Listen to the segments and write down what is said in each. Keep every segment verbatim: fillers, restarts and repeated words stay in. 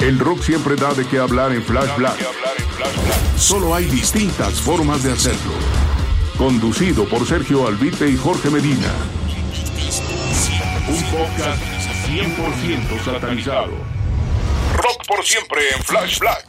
El rock siempre da de qué hablar en Flash Black. Solo hay distintas formas de hacerlo. Conducido por Sergio Albite y Jorge Medina. Un podcast cien por ciento satanizado. Rock por siempre en Flash Black.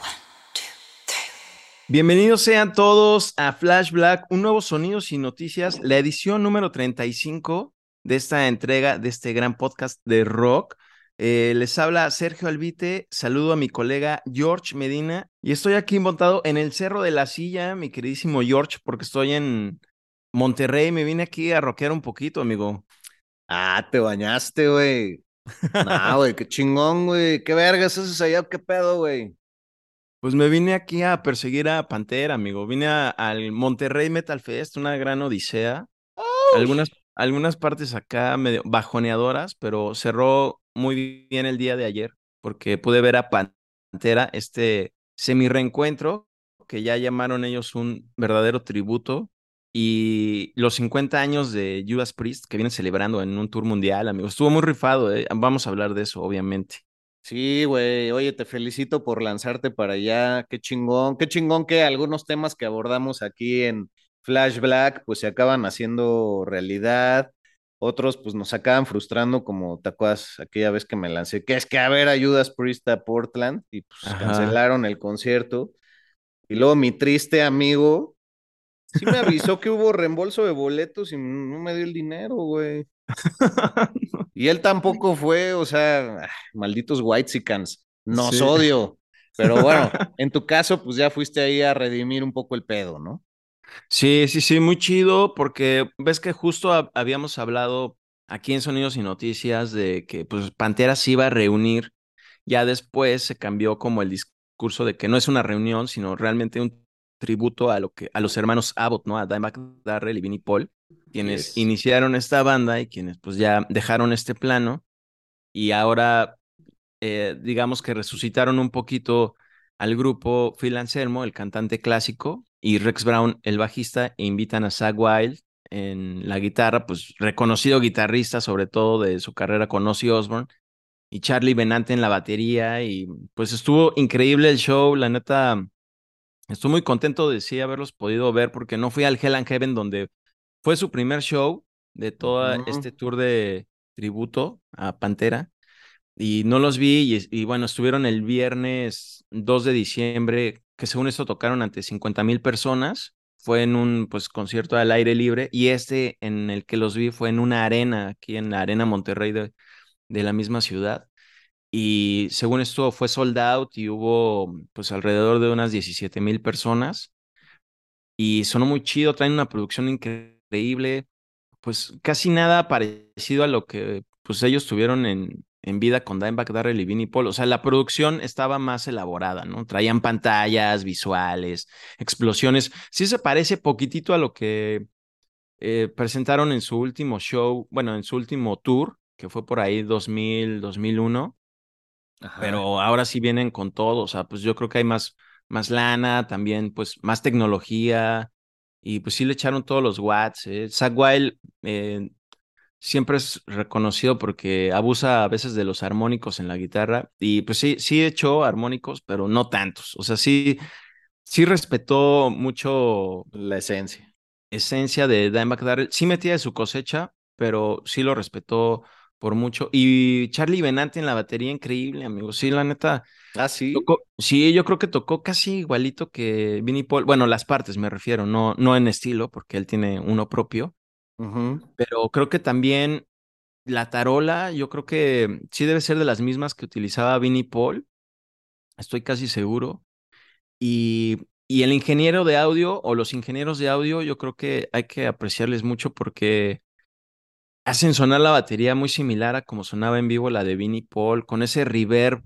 Bienvenidos sean todos a Flash Black, un nuevo Sonidos y Noticias, la edición número treinta y cinco de esta entrega de este gran podcast de rock. Eh, les habla Sergio Albite, saludo a mi colega George Medina y estoy aquí montado en el Cerro de la Silla, mi queridísimo George, porque estoy en Monterrey, me vine aquí a rockear un poquito, amigo. Ah, te bañaste, güey. Nah, güey, qué chingón, güey. ¿Qué vergas haces allá? ¿Qué pedo, güey? Pues me vine aquí a perseguir a Pantera, amigo. Vine a- al Monterrey Metal Fest, una gran odisea. Oh, Algunas, algunas partes acá medio bajoneadoras, pero cerró muy bien el día de ayer porque pude ver a Pantera, este semi-reencuentro que ya llamaron ellos un verdadero tributo y los cincuenta años de Judas Priest que vienen celebrando en un tour mundial, amigo. Estuvo muy rifado, ¿eh? Vamos a hablar de eso, obviamente. sí, güey. Oye, te felicito por lanzarte para allá. Qué chingón. Qué chingón que algunos temas que abordamos aquí en Flash Black, pues se acaban haciendo realidad. Otros, pues nos acaban frustrando, como te acuerdas aquella vez que me lancé, que es que a ver, ayudas Priest a Portland y pues Ajá. cancelaron el concierto. Y luego mi triste amigo, sí me avisó que hubo reembolso de boletos y no me dio el dinero, güey. Y él tampoco fue, o sea, ah, malditos whitexicans, nos Sí. odio. Pero bueno, en tu caso, pues ya fuiste ahí a redimir un poco el pedo, ¿no? Sí, sí, sí, muy chido, porque ves que justo hab- habíamos hablado aquí en Sonidos y Noticias de que pues Pantera se iba a reunir, ya después se cambió como el discurso de que no es una reunión, sino realmente un tributo a lo que a los hermanos Abbott, ¿no? A Dimebag Darrell y Vinnie Paul, quienes Yes. iniciaron esta banda y quienes pues ya dejaron este plano y ahora eh, digamos que resucitaron un poquito al grupo Phil Anselmo, el cantante clásico, y Rex Brown, el bajista, e invitan a Zakk Wylde en la guitarra, pues reconocido guitarrista, sobre todo de su carrera con Ozzy Osbourne, y Charlie Benante en la batería, y pues estuvo increíble el show, la neta, estoy muy contento de sí haberlos podido ver, porque no fui al Hell and Heaven, donde fue su primer show de todo Ujú. este tour de tributo a Pantera y no los vi y, y bueno, estuvieron el viernes dos de diciembre, que según esto tocaron ante cincuenta mil personas. Fue en un pues concierto al aire libre y este en el que los vi fue en una arena, aquí en la Arena Monterrey de, de la misma ciudad. Y según esto fue sold out y hubo pues alrededor de unas diecisiete mil personas y sonó muy chido, traen una producción increíble, pues casi nada parecido a lo que pues ellos tuvieron en, en vida con Dimebag Darrell y Vinnie Paul. O sea, la producción estaba más elaborada, ¿no? Traían pantallas, visuales, explosiones. Sí se parece poquitito a lo que eh, presentaron en su último show, bueno, en su último tour, que fue por ahí dos mil, dos mil uno, Ajá. pero ahora sí vienen con todo. O sea, pues yo creo que hay más, más lana, también pues más tecnología. Y pues sí le echaron todos los watts. ¿eh? Zakk Wylde, eh, siempre es reconocido porque abusa a veces de los armónicos en la guitarra y pues sí, sí echó armónicos, pero no tantos. O sea, sí, sí respetó mucho La esencia. esencia de Dimebag Darrell. Sí metía de su cosecha, pero sí lo respetó por mucho. Y Charlie Benante en la batería, increíble, amigo. Sí, la neta, Ah, sí. tocó, sí, yo creo que tocó casi igualito que Vinnie Paul. Bueno, las partes me refiero, no, no en estilo, porque él tiene uno propio. Ujú. Pero creo que también la tarola, yo creo que sí debe ser de las mismas que utilizaba Vinnie Paul, estoy casi seguro. Y, y el ingeniero de audio o los ingenieros de audio, yo creo que hay que apreciarles mucho porque hacen sonar la batería muy similar a como sonaba en vivo la de Vinnie Paul, con ese reverb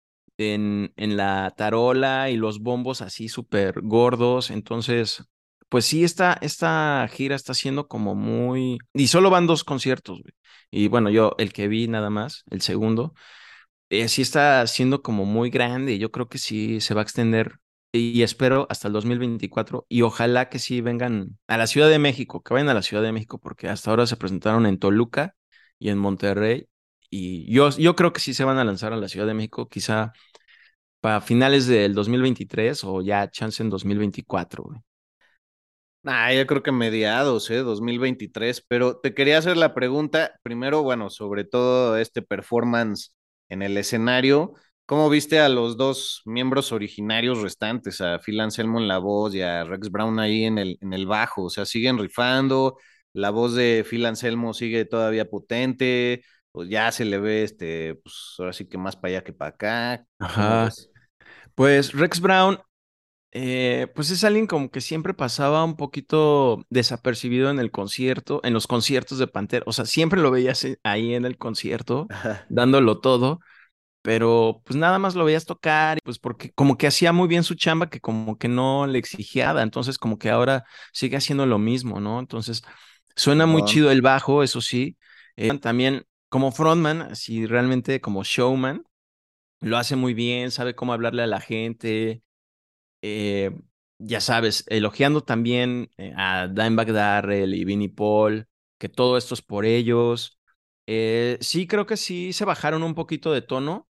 en, en la tarola y los bombos así súper gordos. Entonces, pues sí, esta, esta gira está siendo como muy... Y solo van dos conciertos, güey. Y bueno, yo el que vi nada más, el segundo, eh, sí está siendo como muy grande. Yo creo que sí se va a extender y espero hasta el dos mil veinticuatro y ojalá que sí vengan a la Ciudad de México, que vayan a la Ciudad de México porque hasta ahora se presentaron en Toluca y en Monterrey y yo, yo creo que sí se van a lanzar a la Ciudad de México, quizá para finales del dos mil veintitrés o ya chance en dos mil veinticuatro, güey. Ah, yo creo que mediados, ¿eh? dos mil veintitrés, pero te quería hacer la pregunta, primero, bueno, sobre todo este performance en el escenario, ¿cómo viste a los dos miembros originarios restantes, a Phil Anselmo en la voz y a Rex Brown ahí en el, en el bajo? O sea, ¿siguen rifando? ¿La voz de Phil Anselmo sigue todavía potente? Pues ya se le ve, este, pues ahora sí que más para allá que para acá. ¿Cómo Ajá. ves? Pues Rex Brown, eh, pues es alguien como que siempre pasaba un poquito desapercibido en el concierto, en los conciertos de Pantera. O sea, siempre lo veías eh, ahí en el concierto, dándolo todo, pero pues nada más lo veías tocar, y pues porque como que hacía muy bien su chamba, que como que no le exigía, entonces como que ahora sigue haciendo lo mismo, ¿no? Entonces suena muy Simón. chido el bajo, eso sí. Eh, también como frontman, así realmente como showman, lo hace muy bien, sabe cómo hablarle a la gente, eh, ya sabes, elogiando también eh, a Dimebag Darrell y Vinnie Paul, que todo esto es por ellos. Eh, sí, creo que sí se bajaron un poquito de tono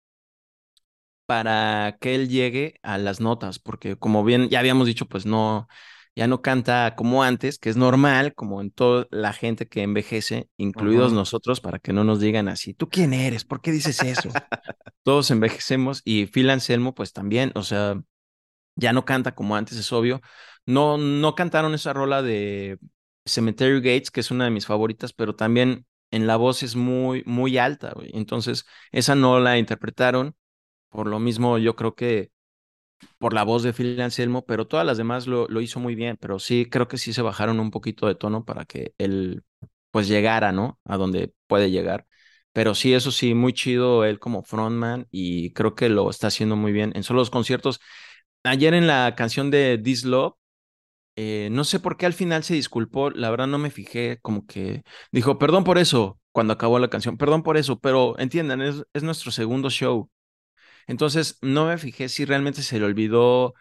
para que él llegue a las notas, porque como bien ya habíamos dicho, pues no, ya no canta como antes, que es normal, como en toda la gente que envejece, incluidos Ujú. nosotros, para que no nos digan así, ¿tú quién eres? ¿Por qué dices eso? Todos envejecemos y Phil Anselmo, pues también, o sea, ya no canta como antes, es obvio. No, no cantaron esa rola de Cemetery Gates, que es una de mis favoritas, pero también en la voz es muy, muy alta, güey. Entonces, esa no la interpretaron. Por lo mismo, yo creo que por la voz de Phil Anselmo, pero todas las demás lo, lo hizo muy bien. Pero sí, creo que sí se bajaron un poquito de tono para que él, pues, llegara, ¿no? A donde puede llegar. Pero sí, eso sí, muy chido él como frontman y creo que lo está haciendo muy bien en solo los conciertos. Ayer en la canción de This Love, eh, no sé por qué al final se disculpó, la verdad no me fijé, como que dijo, perdón por eso, cuando acabó la canción, perdón por eso, pero entiendan, es, es nuestro segundo show. Entonces no me fijé si realmente se le olvidó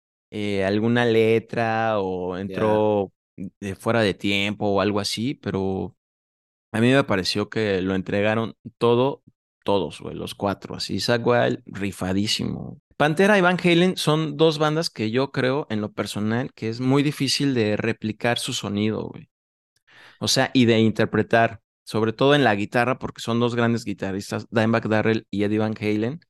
eh, alguna letra o Ya. entró de fuera de tiempo o algo así, pero a mí me pareció que lo entregaron todo, todos, güey, los cuatro, así. Zakk Wylde, rifadísimo. Pantera y Van Halen son dos bandas que yo creo, en lo personal, que es muy difícil de replicar su sonido, güey. O sea, y de interpretar, sobre todo en la guitarra, porque son dos grandes guitarristas, Dimebag Darrell y Eddie Van Halen.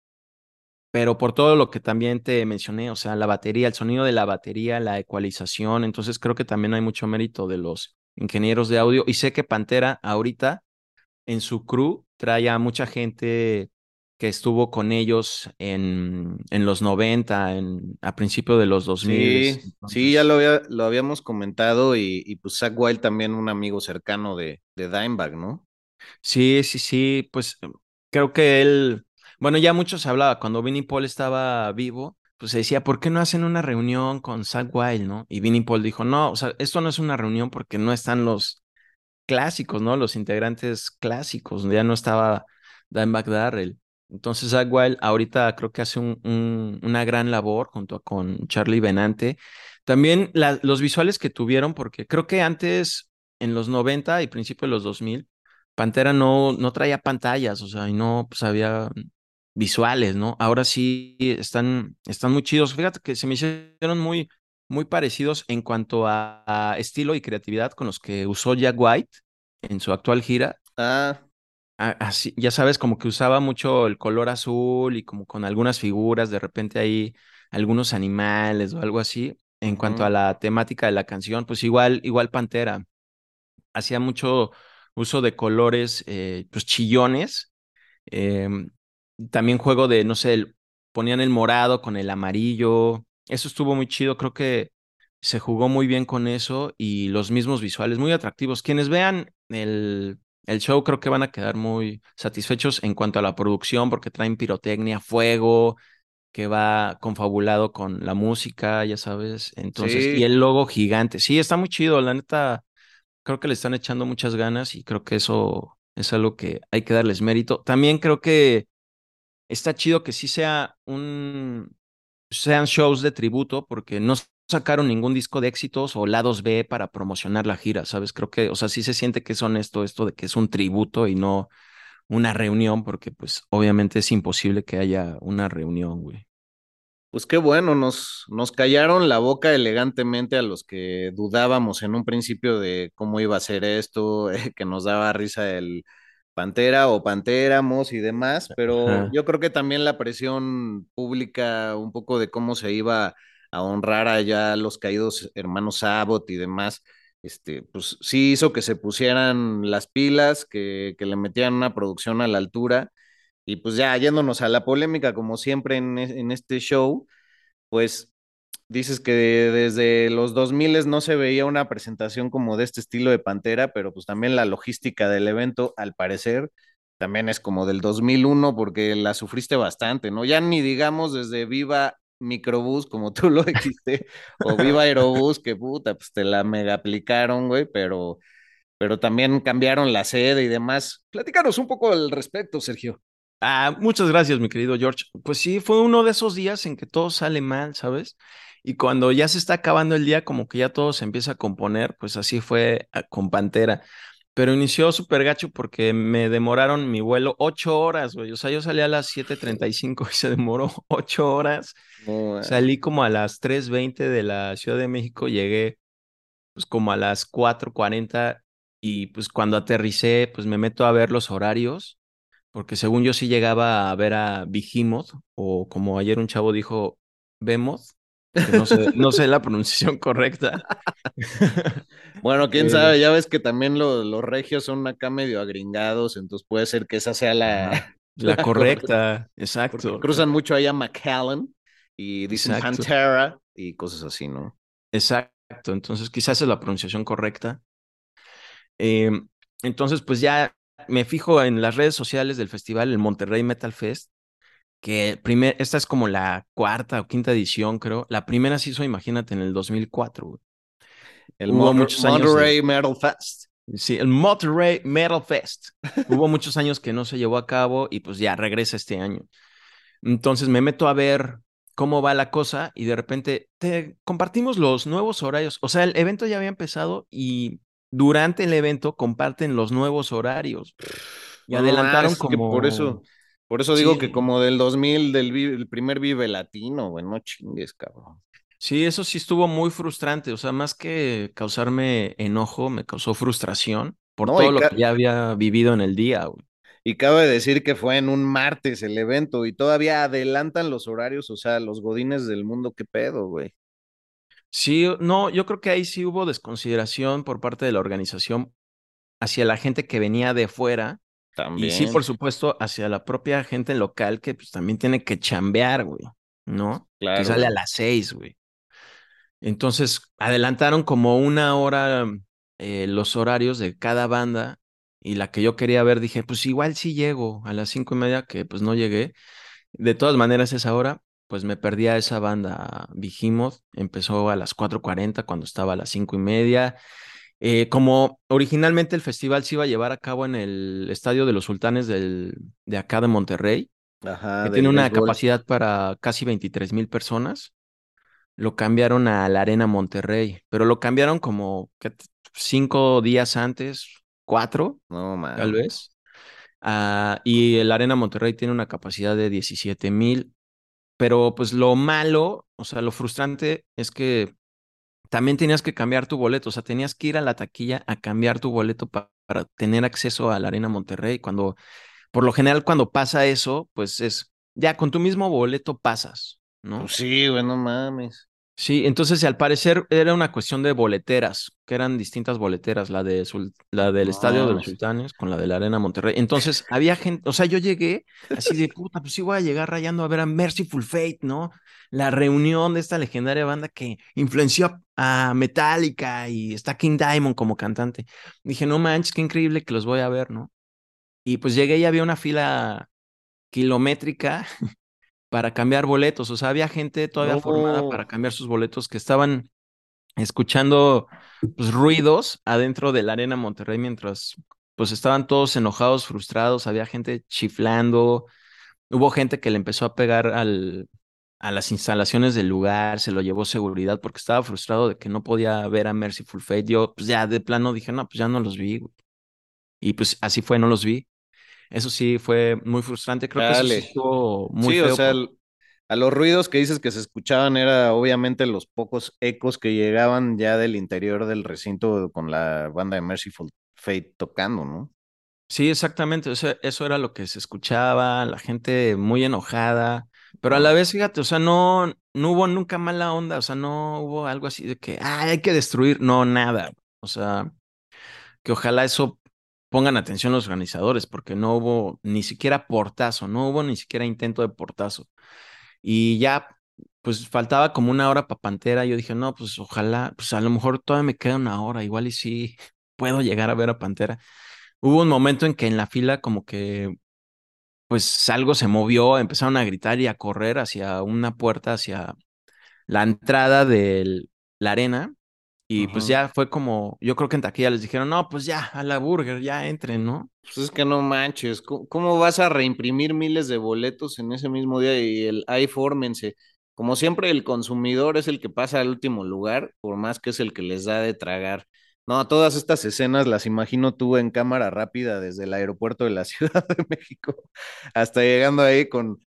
Pero por todo lo que también te mencioné, o sea, la batería, el sonido de la batería, la ecualización, entonces creo que también hay mucho mérito de los ingenieros de audio. Y sé que Pantera ahorita en su crew trae a mucha gente que estuvo con ellos en, en los noventa, en, a principios de los dos mil. Sí, sí, ya lo Entonces, había- lo habíamos comentado y, y pues Zakk Wylde también un amigo cercano de, de Dimebag, ¿no? sí, sí, sí, pues em, creo que él, bueno, ya muchos hablaba, cuando Vinnie Paul estaba vivo, pues se decía, ¿por qué no hacen una reunión con Zakk Wylde, no? Y Vinnie Paul dijo, no, o sea, esto no es una reunión porque no están los clásicos, ¿no? Los integrantes clásicos, ya no estaba Dimebag Darrell. Entonces, Zakk Wylde ahorita creo que hace un, un- una gran labor junto a- con Charlie Benante. También la- los visuales que tuvieron, porque creo que antes, en los noventa y principios de los dos mil Pantera no, no traía pantallas, o sea, y no, pues había visuales, ¿no? Ahora sí están, están muy chidos. Fíjate que se me hicieron muy muy parecidos en cuanto a, a estilo y creatividad con los que usó Jack White en su actual gira. Ah, A- Así, ya sabes, como que usaba mucho el color azul y como con algunas figuras, de repente ahí algunos animales o algo así. En cuanto a ujú. la temática de la canción, pues igual, igual Pantera hacía mucho uso de colores, eh, pues chillones. Em, También juego de, no sé, el- ponían el morado con el amarillo. Eso estuvo muy chido. Creo que se jugó muy bien con eso y los mismos visuales muy atractivos. Quienes vean el, el show creo que van a quedar muy satisfechos en cuanto a la producción porque traen pirotecnia, fuego, que va confabulado con la música, ya sabes. Entonces, y Sí, el logo gigante. Sí, está muy chido. La neta, creo que le están echando muchas ganas y creo que eso es algo que hay que darles mérito. También creo que está chido que sí sea un, sean shows de tributo, porque no sacaron ningún disco de éxitos o lados B para promocionar la gira, ¿sabes? Creo que, o sea, sí se siente que es honesto esto de que es un tributo y no una reunión, porque pues obviamente es imposible que haya una reunión, güey. Pues qué bueno, nos, nos callaron la boca elegantemente a los que dudábamos en un principio de cómo iba a ser esto, eh, que nos daba risa el Pantera o Pantéramos y demás, pero Ajá. yo creo que también la presión pública, un poco de cómo se iba a honrar allá a los caídos hermanos Abbott y demás, este, pues sí hizo que se pusieran las pilas, que, que le metieran una producción a la altura. Y pues ya yéndonos a la polémica, como siempre en, es- en este show, pues dices que desde los dos mil no se veía una presentación como de este estilo de Pantera, pero pues también la logística del evento, al parecer, también es como del dos mil uno porque la sufriste bastante, ¿no? Ya ni digamos desde Viva Microbús, como tú lo dijiste, o Viva Aerobús, que puta, pues te la mega aplicaron, güey, pero, pero también cambiaron la sede y demás. Platícanos un poco al respecto, Sergio. Ah, muchas gracias, mi querido George. Pues sí, fue uno de esos días en que todo sale mal, ¿sabes? Y cuando ya se está acabando el día, como que ya todo se empieza a componer, pues así fue ah, con Pantera. Pero inició súper gacho porque me demoraron mi vuelo ocho horas, güey. O sea, yo salí a las siete treinta y cinco y se demoró ocho horas. No, Salí como a las tres veinte de la Ciudad de México, llegué pues como a las cuatro cuarenta y pues cuando aterricé, pues me meto a ver los horarios porque según yo sí llegaba a ver a Behemoth, o como ayer un chavo dijo, Behemoth, que no sé, no sé la pronunciación correcta. bueno, quién Eh, sabe, ya ves que también lo- los regios son acá medio agringados, entonces puede ser que esa sea la, ajá, la la correcta, correcta, porque exacto, cruzan mucho allá McAllen y dicen exacto, Pantera y cosas así, ¿no? exacto. Entonces quizás es la pronunciación correcta. Eh, entonces, pues ya me fijo en las redes sociales del festival, el Monterrey Metal Fest, que primer, esta es como la cuarta o quinta edición, creo. La primera se hizo, imagínate, en el dos mil cuatro, güey. El Hubo Mon- muchos años de, Monterey Metal Fest. sí, el Monterrey Metal Fest. Hubo muchos años que no se llevó a cabo y pues ya regresa este año. Entonces me meto a ver cómo va la cosa y de repente te compartimos los nuevos horarios. O sea, el evento ya había empezado y durante el evento comparten los nuevos horarios y No adelantaron más, es que por eso, como, por eso digo que sí, como del dos mil del vi- el primer Vive Latino, güey, no chingues, cabrón. sí, eso sí estuvo muy frustrante. O sea, más que causarme enojo, me causó frustración por No, y, todo lo que ca- ya había vivido en el día, güey. y cabe decir que fue en un martes el evento y todavía adelantan los horarios, o sea, los godines del mundo, qué pedo, güey. Sí, no, yo creo que ahí sí hubo desconsideración por parte de la organización hacia la gente que venía de fuera y sí, También, por supuesto, hacia la propia gente local que pues también tiene que chambear, güey, ¿no? Que claro, sale a güey. las seis, güey. Entonces, adelantaron como una hora eh, los horarios de cada banda y la que yo quería ver, dije, pues igual sí llego a las cinco y media, que pues no llegué. De todas maneras, esa hora, pues me perdí a esa banda Behemoth. Empezó a las cuatro cuarenta cuando estaba a las cinco y media. Eh, como originalmente el festival se iba a llevar a cabo en el Estadio de los Sultanes del, de acá de Monterrey, Ajá, que tiene del una béisbol. capacidad para casi veintitrés mil personas, lo cambiaron a la Arena Monterrey, pero lo cambiaron como ¿qué t- cinco días antes, cuatro, No tal mames. vez. Ah, y la Arena Monterrey tiene una capacidad de diecisiete mil. Pero pues lo malo, o sea, lo frustrante es que también tenías que cambiar tu boleto, o sea, tenías que ir a la taquilla a cambiar tu boleto pa- para tener acceso a la Arena Monterrey. Cuando, por lo general, cuando pasa eso, pues es, ya con tu mismo boleto pasas, ¿no? Pues sí, güey, no mames. Sí, entonces al parecer era una cuestión de boleteras, que eran distintas boleteras, la de Sul- la del No Estadio de los mames. Sultanes con la de la Arena Monterrey. Entonces había gente, o sea, yo llegué así de puta, pues sí voy a llegar rayando a ver a Merciful Fate, ¿no? La reunión de esta legendaria banda que influenció a Metallica y está King Diamond como cantante. Dije, no manches, qué increíble que los voy a ver, ¿no? Y pues llegué y había una fila kilométrica para cambiar boletos, o sea, había gente todavía formada No. para cambiar sus boletos que estaban escuchando pues, ruidos adentro de la Arena Monterrey mientras pues estaban todos enojados, frustrados, había gente chiflando, hubo gente que le empezó a pegar al, a las instalaciones del lugar, se lo llevó seguridad porque estaba frustrado de que no podía ver a Merciful Fate. Yo pues ya de plano dije, no, pues ya no los vi, güey. Y pues así fue, no los vi. Eso sí fue muy frustrante, creo que eso sí Chale. estuvo muy Sí, o feo sea, por... l- A los ruidos que dices que se escuchaban era obviamente los pocos ecos que llegaban ya del interior del recinto con la banda de Merciful Fate tocando, ¿no? Sí, exactamente. O sea, eso era lo que se escuchaba, la gente muy enojada, pero a la No. vez, fíjate, o sea, no, no hubo nunca mala onda, o sea, no hubo algo así de que, "Ay, hay que destruir", no, nada. O sea, que ojalá eso pongan atención los organizadores, porque no hubo ni siquiera portazo, no hubo ni siquiera intento de portazo. Y ya, pues faltaba como una hora para Pantera. Yo dije, no, pues ojalá, pues a lo mejor todavía me queda una hora, igual y sí puedo llegar a ver a Pantera. Hubo un momento en que en la fila como que pues algo se movió, empezaron a gritar y a correr hacia una puerta, hacia la entrada de la arena. Y pues Ajá. ya fue como, yo creo que en taquilla les dijeron, no, pues ya, a la burger, ya entren, ¿no? Pues es que no manches, ¿cómo, cómo vas a reimprimir miles de boletos en ese mismo día y el ahí fórmense? Como siempre, el consumidor es el que pasa al último lugar, por más que es el que les da de tragar. No, todas estas escenas las imagino tú en cámara rápida desde el aeropuerto de la Ciudad de México hasta llegando ahí con...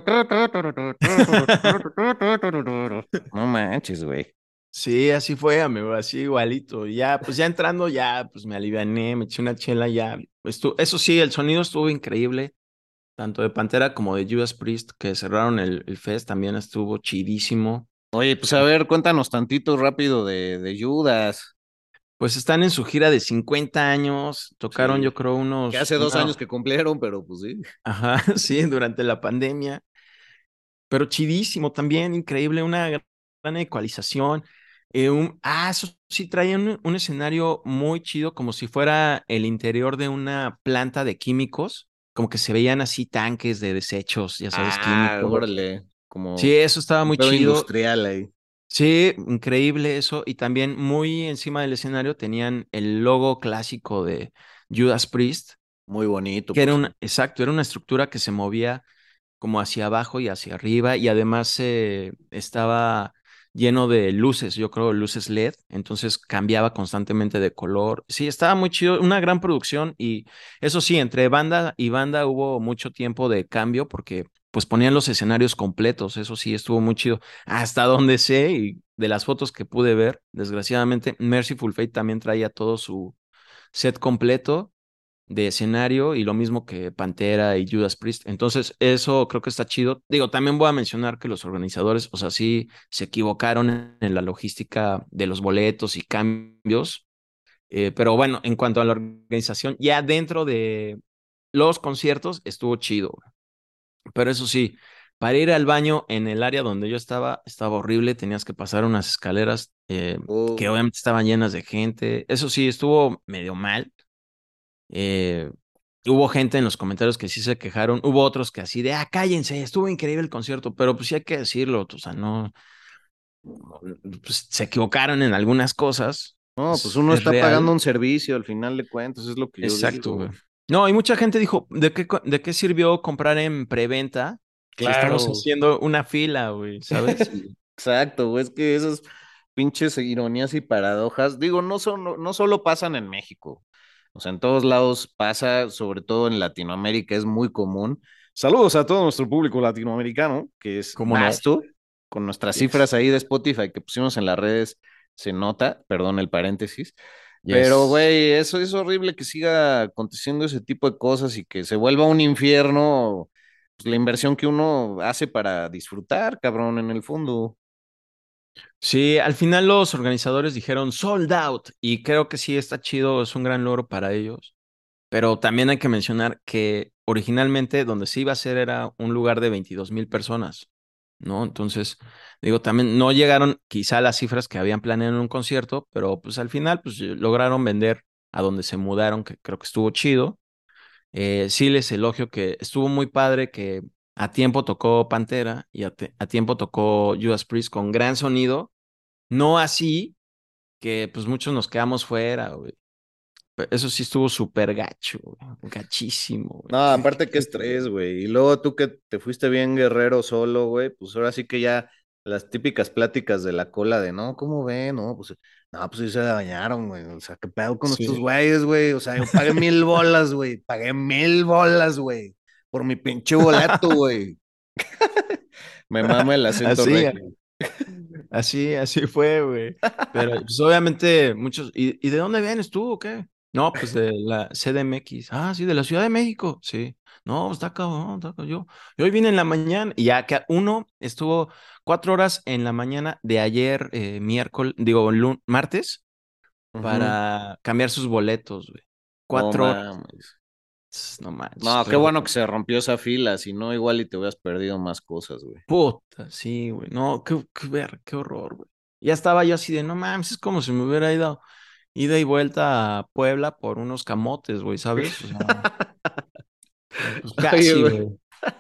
No manches, güey. Sí, así fue, amigo, así igualito. Y ya, pues ya entrando, ya, pues me aliviané, me eché una chela, ya. Estu- eso sí, el sonido estuvo increíble, tanto de Pantera como de Judas Priest, que cerraron el, el fest, también estuvo chidísimo. Oye, pues a ver, cuéntanos tantito rápido de, de Judas. Pues están en su gira de cincuenta años, tocaron yo Sí. creo Que unos, hace dos años una, que cumplieron, pero pues sí. ajá, sí, durante la pandemia, pero chidísimo también, increíble, una gran gran ecualización. Eh, un- ah, eso sí, traían un, un escenario muy chido, como si fuera el interior de una planta de químicos, como que se veían así tanques de desechos, ya sabes, Ah, químicos. órale, Sí, como eso estaba un muy pedo chido. industrial ahí. Sí, increíble eso. Y también muy encima del escenario tenían el logo clásico de Judas Priest, Muy bonito, que por era cierto. una, exacto, era una estructura que se movía como hacia abajo y hacia arriba, y además eh, estaba lleno de luces, yo creo luces L E D, entonces cambiaba constantemente de color. Sí, estaba muy chido, una gran producción. Y eso sí, entre banda y banda hubo mucho tiempo de cambio porque pues ponían los escenarios completos, eso sí, estuvo muy chido. Hasta donde sé y de las fotos que pude ver, desgraciadamente, Merciful Fate también traía todo su set completo de escenario, y lo mismo que Pantera y Judas Priest. Entonces, eso creo que está chido. Digo, también voy a mencionar que los organizadores, o sea, sí se equivocaron en, en la logística de los boletos y cambios. Eh, pero bueno, en cuanto a la organización, ya dentro de los conciertos estuvo chido. Pero eso sí, para ir al baño en el área donde yo estaba, estaba horrible. Tenías que pasar unas escaleras eh, que Oh, obviamente estaban llenas de gente. Eso sí, estuvo medio mal. Eh, Hubo gente en los comentarios que sí se quejaron, hubo otros que así de, ah, cállense, estuvo increíble el concierto, pero pues sí hay que decirlo, o sea, no, pues se equivocaron en algunas cosas, no, pues es, uno es está pagando real, un servicio al final de cuentas, es lo que yo exacto, güey. digo. No, y mucha gente dijo, ¿de qué, co- de qué sirvió comprar en preventa si estamos Claro, haciendo una fila, güey, ¿sabes? Y- exacto, güey, es que esas pinches ironías y paradojas, digo, no son, no solo pasan en México, o sea, en todos lados pasa, sobre todo en Latinoamérica es muy común. Saludos a todo nuestro público latinoamericano, que es ¿Cómo no? vasto, con nuestras cifras Yes, ahí de Spotify que pusimos en las redes, se nota, perdón el paréntesis, pero yes. güey, eso es horrible que siga aconteciendo ese tipo de cosas y que se vuelva un infierno pues, la inversión que uno hace para disfrutar, cabrón, en el fondo. Sí, al final los organizadores dijeron sold out, y creo que sí está chido, es un gran logro para ellos. Pero también hay que mencionar que originalmente donde se iba a hacer era un lugar de veintidós mil personas, ¿no? Entonces, digo, también no llegaron quizá a las cifras que habían planeado en un concierto, pero pues al final pues lograron vender a donde se mudaron, que creo que estuvo chido. Eh, sí les elogio que estuvo muy padre, que a tiempo tocó Pantera y a, te- a tiempo tocó Judas Priest con gran sonido, no así que pues muchos nos quedamos fuera, güey. Pe- Eso sí estuvo súper gacho, güey, gachísimo, güey. No, Qué- aparte que qué- estrés, güey. Y luego tú que te fuiste bien guerrero solo, güey, pues ahora sí que ya las típicas pláticas de la cola de, no, ¿cómo ven? No, pues, no, pues sí se bañaron, güey. O sea, ¿qué pedo con estos Sí. güeyes, güey? O sea, yo pagué mil bolas, güey. Pagué mil bolas, güey. Por mi pinche boleto, güey. Me mama el acento Así, regio. así, así fue, güey. Pero pues obviamente muchos, ¿y, y de dónde vienes tú o qué? No, pues de la C D M X. Ah, sí, de la Ciudad de México. Sí. No, está cabrón, está cabrón. Yo, yo hoy vine en la mañana y ya que uno estuvo cuatro horas en la mañana de ayer, eh, miércoles, digo, lun- martes, Ujú. para cambiar sus boletos, güey. No Cuatro horas. mames. Tss, no manches, No, qué pero bueno que se rompió esa fila, si no, igual y te hubieras perdido más cosas, güey. puta, sí, güey. No, qué, qué ver, qué horror, güey. Ya estaba yo así de, no mames, es como si me hubiera ido ida y vuelta a Puebla por unos camotes, güey, ¿sabes? O sea, pues Oye, casi, güey, güey.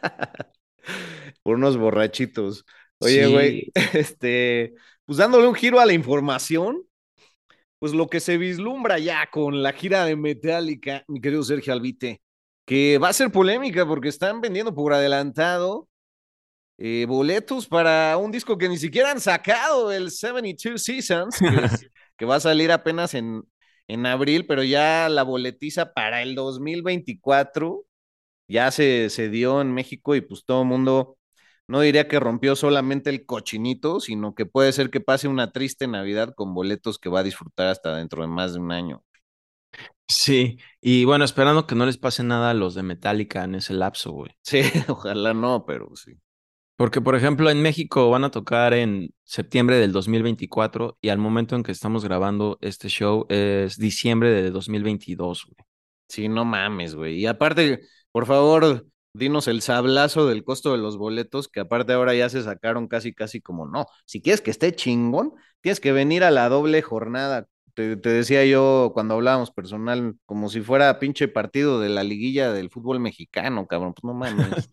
por unos borrachitos. Oye, güey, Sí, este, pues dándole un giro a la información, pues lo que se vislumbra ya con la gira de Metallica, mi querido Sergio Albite, que va a ser polémica porque están vendiendo por adelantado eh, boletos para un disco que ni siquiera han sacado, el setenta y dos Seasons, que, es, que va a salir apenas en, en abril, pero ya la boletiza para el dos mil veinticuatro ya se, se dio en México y pues todo el mundo, no diría que rompió solamente el cochinito, sino que puede ser que pase una triste Navidad con boletos que va a disfrutar hasta dentro de más de un año. sí. Y bueno, esperando que no les pase nada a los de Metallica en ese lapso, güey. Sí, ojalá no, pero sí. Porque, por ejemplo, en México van a tocar en septiembre del dos mil veinticuatro y al momento en que estamos grabando este show es diciembre de dos mil veintidós, güey. Sí, no mames, güey. Y aparte, por favor, dinos el sablazo del costo de los boletos, que aparte ahora ya se sacaron casi, casi como no. Si quieres que esté chingón, tienes que venir a la doble jornada. Te, te decía yo cuando hablábamos personal, como si fuera pinche partido de la liguilla del fútbol mexicano, cabrón. Pues no mames.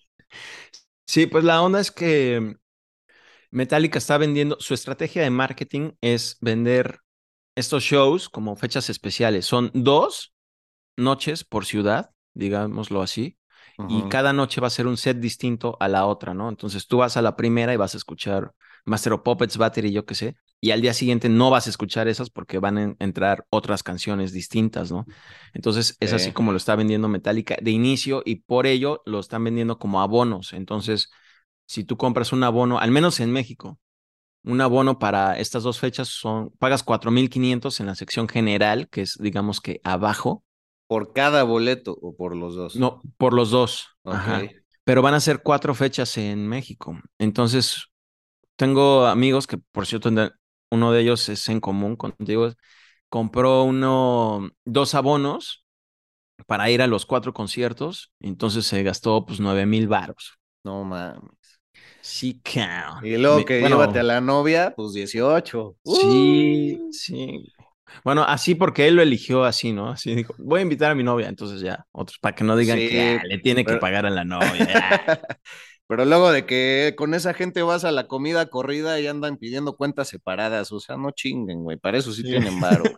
Sí, pues la onda es que Metallica está vendiendo, su estrategia de marketing es vender estos shows como fechas especiales. Son dos noches por ciudad, digámoslo así, y Ujú. cada noche va a ser un set distinto a la otra, ¿no? Entonces tú vas a la primera y vas a escuchar Master of Puppets, Battery, yo qué sé, y al día siguiente no vas a escuchar esas porque van a entrar otras canciones distintas, ¿no? Entonces es así Sí. como lo está vendiendo Metallica de inicio y por ello lo están vendiendo como abonos. Entonces, si tú compras un abono, al menos en México, un abono para estas dos fechas son, pagas cuatro mil quinientos en la sección general, que es digamos que abajo. ¿Por cada boleto o por los dos? No, por los dos, Ok. ajá. Pero van a ser cuatro fechas en México. Entonces, tengo amigos que, por cierto, en- uno de ellos es en común contigo. Compró uno, dos abonos para ir a los cuatro conciertos. Entonces se gastó pues nueve mil varos. No mames. Sí, cabrón. Y luego Me- que llévate a bueno, la novia, pues dieciocho. sí, Uh. sí. Bueno, así porque él lo eligió así, ¿no? Así dijo, voy a invitar a mi novia. Entonces ya, otros, para que no digan que Sí, ah, le tiene que pero, pagar a la novia. Ah. pero luego de que con esa gente vas a la comida corrida y andan pidiendo cuentas separadas, o sea, no chinguen, güey, para eso sí Sí. tienen varo.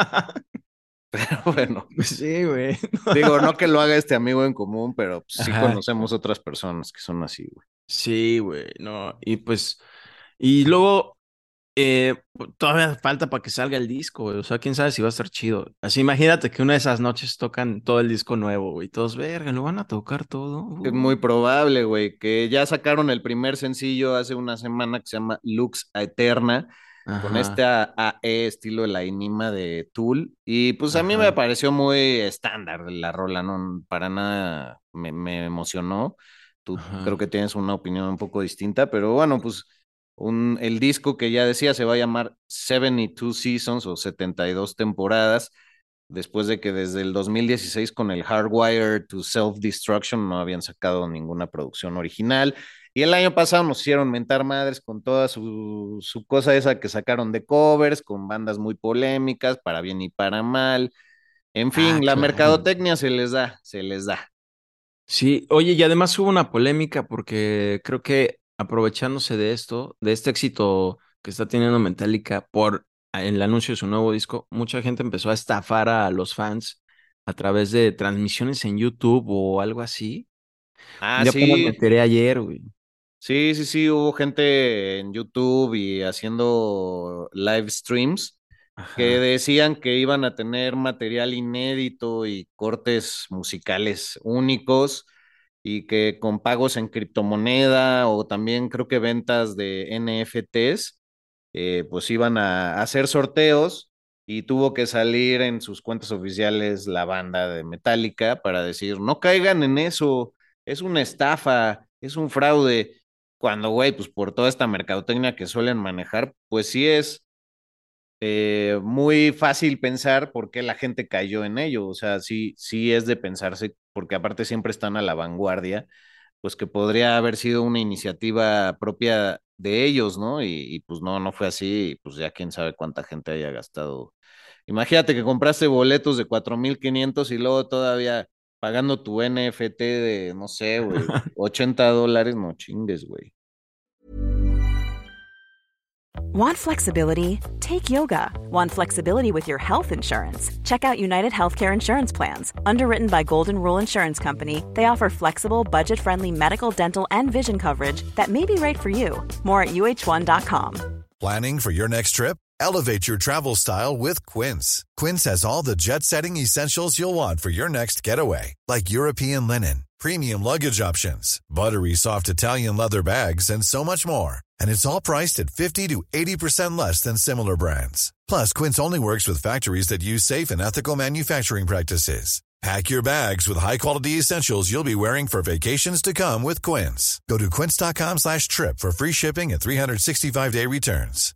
Pero bueno, Sí, güey. digo, no que lo haga este amigo en común, pero pues, sí Ajá. conocemos otras personas que son así, güey. Sí, güey. No. Y pues, y luego eh, todavía falta para que salga el disco, güey. O sea, quién sabe si va a estar chido. Así imagínate que una de esas noches tocan todo el disco nuevo, güey. Todos, verga, lo van a tocar todo. Es Uh. muy probable, güey, que ya sacaron el primer sencillo hace una semana que se llama Lux Aeterna, con este Ajá, A E estilo de la Enigma de Tool. Y pues a mí me ajá, pareció muy estándar la rola, no para nada me, me emocionó. Tú creo ajá. que tienes una opinión un poco distinta, pero bueno, pues un, el disco que ya decía se va a llamar setenta y dos Seasons o setenta y dos temporadas después de que desde el dos mil dieciséis con el Hardwire to Self-Destruction no habían sacado ninguna producción original. Y el año pasado nos hicieron mentar madres con toda su, su cosa esa que sacaron de covers, con bandas muy polémicas, para bien y para mal. En Ah, fin, la claro. mercadotecnia se les da, se les da. Sí, oye, y además hubo una polémica porque creo que aprovechándose de esto, de este éxito que está teniendo Metallica por el anuncio de su nuevo disco, mucha gente empezó a estafar a los fans a través de transmisiones en YouTube o algo así. Ah, Yo apenas me sí, enteré ayer, güey. sí, sí, sí, hubo gente en YouTube y haciendo live streams que Ajá. decían que iban a tener material inédito y cortes musicales únicos y que con pagos en criptomoneda o también creo que ventas de N F Ts, eh, pues iban a, a hacer sorteos y tuvo que salir en sus cuentas oficiales la banda de Metallica para decir, no caigan en eso, es una estafa, es un fraude. Cuando, güey, pues por toda esta mercadotecnia que suelen manejar, pues sí es eh, muy fácil pensar por qué la gente cayó en ello. O sea, sí, sí es de pensarse, porque aparte siempre están a la vanguardia, pues que podría haber sido una iniciativa propia de ellos, ¿no? Y, y pues no, no fue así, y pues ya quién sabe cuánta gente haya gastado. Imagínate que compraste boletos de cuatro mil quinientos y luego todavía pagando tu N F T de, no sé, güey, ochenta dólares, no chingues, güey. Want flexibility? Take yoga. Want flexibility with your health insurance? Check out United Healthcare Insurance Plans. Underwritten by Golden Rule Insurance Company, they offer flexible, budget-friendly medical, dental, and vision coverage that may be right for you. More at U H one dot com. Planning for your next trip? Elevate your travel style with Quince. Quince has all the jet-setting essentials you'll want for your next getaway, like European linen, premium luggage options, buttery soft Italian leather bags, and so much more. And it's all priced at fifty to eighty percent less than similar brands. Plus, Quince only works with factories that use safe and ethical manufacturing practices. Pack your bags with high-quality essentials you'll be wearing for vacations to come with Quince. Go to quince.com slash trip for free shipping and three sixty-five day returns.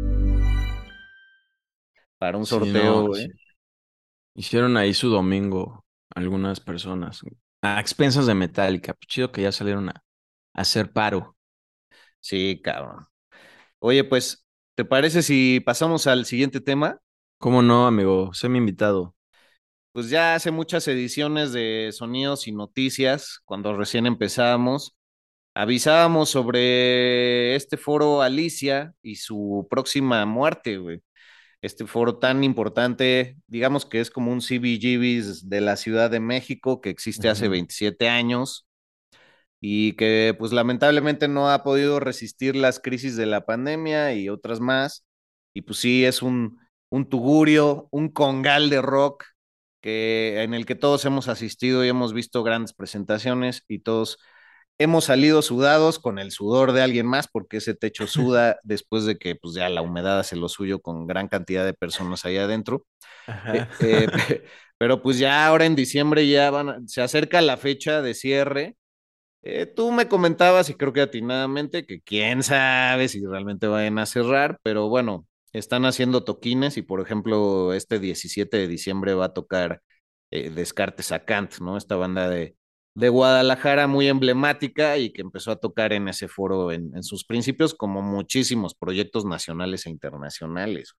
Para un Sí, sorteo, no, güey. sí. Hicieron ahí su domingo algunas personas. A expensas de Metallica. Pues chido que ya salieron a, a hacer paro. Sí, cabrón. Oye, pues, ¿te parece si pasamos al siguiente tema? ¿Cómo no, amigo? Sé mi invitado. Pues ya hace muchas ediciones de Sonidos y Noticias, cuando recién empezábamos, avisábamos sobre este foro Alicia y su próxima muerte, güey. Este foro tan importante, digamos que es como un C B G B's de la Ciudad de México que existe hace Ujú. veintisiete años y que pues lamentablemente no ha podido resistir las crisis de la pandemia y otras más. Y pues sí, es un, un tugurio, un congal de rock que, en el que todos hemos asistido y hemos visto grandes presentaciones y todos hemos salido sudados con el sudor de alguien más porque ese techo suda después de que pues ya la humedad hace lo suyo con gran cantidad de personas ahí adentro. Eh, Ajá. eh, pero pues ya ahora en diciembre ya van, a- se acerca la fecha de cierre. Eh, tú me comentabas, y creo que atinadamente, que quién sabe si realmente vayan a cerrar, pero bueno, están haciendo toquines y, por ejemplo, este diecisiete de diciembre va a tocar eh, Descartes a Kant, ¿no? Esta banda de, de Guadalajara muy emblemática y que empezó a tocar en ese foro en, en sus principios, como muchísimos proyectos nacionales e internacionales.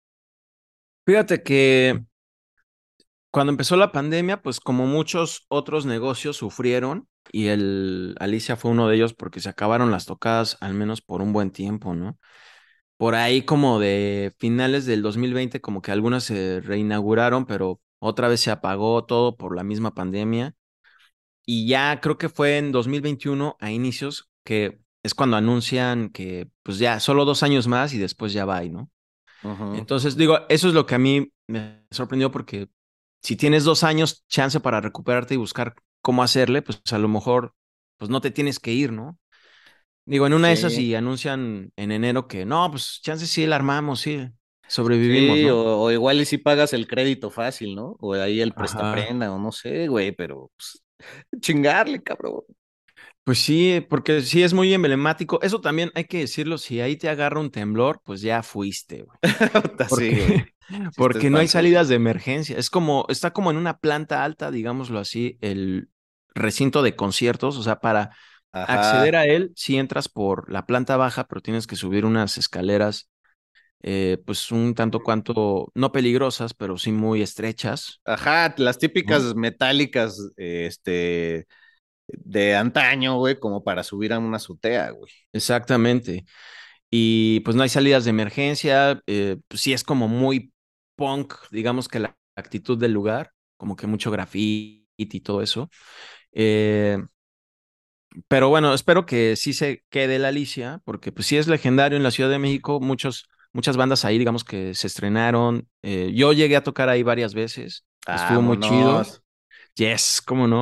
Fíjate que cuando empezó la pandemia, pues como muchos otros negocios sufrieron y el Alicia fue uno de ellos porque se acabaron las tocadas al menos por un buen tiempo, ¿no? Por ahí como de finales del dos mil veinte como que algunas se reinauguraron, pero otra vez se apagó todo por la misma pandemia. Y ya creo que fue en dos mil veintiuno a inicios que es cuando anuncian que pues ya solo dos años más y después ya va, ¿no? Ujú. Entonces, digo, eso es lo que a mí me sorprendió porque si tienes dos años chance para recuperarte y buscar cómo hacerle, pues a lo mejor pues no te tienes que ir, ¿no? Digo, en una de esas Sí, y anuncian en enero que no, pues chance sí la armamos, sí, sobrevivimos, sí, ¿no? o, o igual y si pagas el crédito fácil, ¿no? O ahí el Ajá. prestaprenda, o no sé, güey, pero pues, chingarle, cabrón. Pues sí, porque sí es muy emblemático. Eso también hay que decirlo, si ahí te agarra un temblor, pues ya fuiste, güey. Puta, sí, güey. Porque, Sí está porque no hay espantoso. salidas de emergencia. Es como, está como en una planta alta, digámoslo así, el recinto de conciertos. O sea, para acceder Ajá, a él, sí entras por la planta baja, pero tienes que subir unas escaleras, eh, pues un tanto cuanto, no peligrosas, pero sí muy estrechas, ajá, las ¿no? típicas metálicas, eh, este, de antaño, güey, como para subir a una azotea, güey. Exactamente. Y pues no hay salidas de emergencia, eh, pues sí es como muy punk, digamos que la actitud del lugar, como que mucho graffiti y todo eso. Eh, pero bueno, espero que sí se quede la Alicia, porque pues sí es legendario en la Ciudad de México, muchos, muchas bandas ahí, digamos que se estrenaron. Eh, yo llegué a tocar ahí varias veces, estuvo muy chido. Vámonos. Yes, cómo no.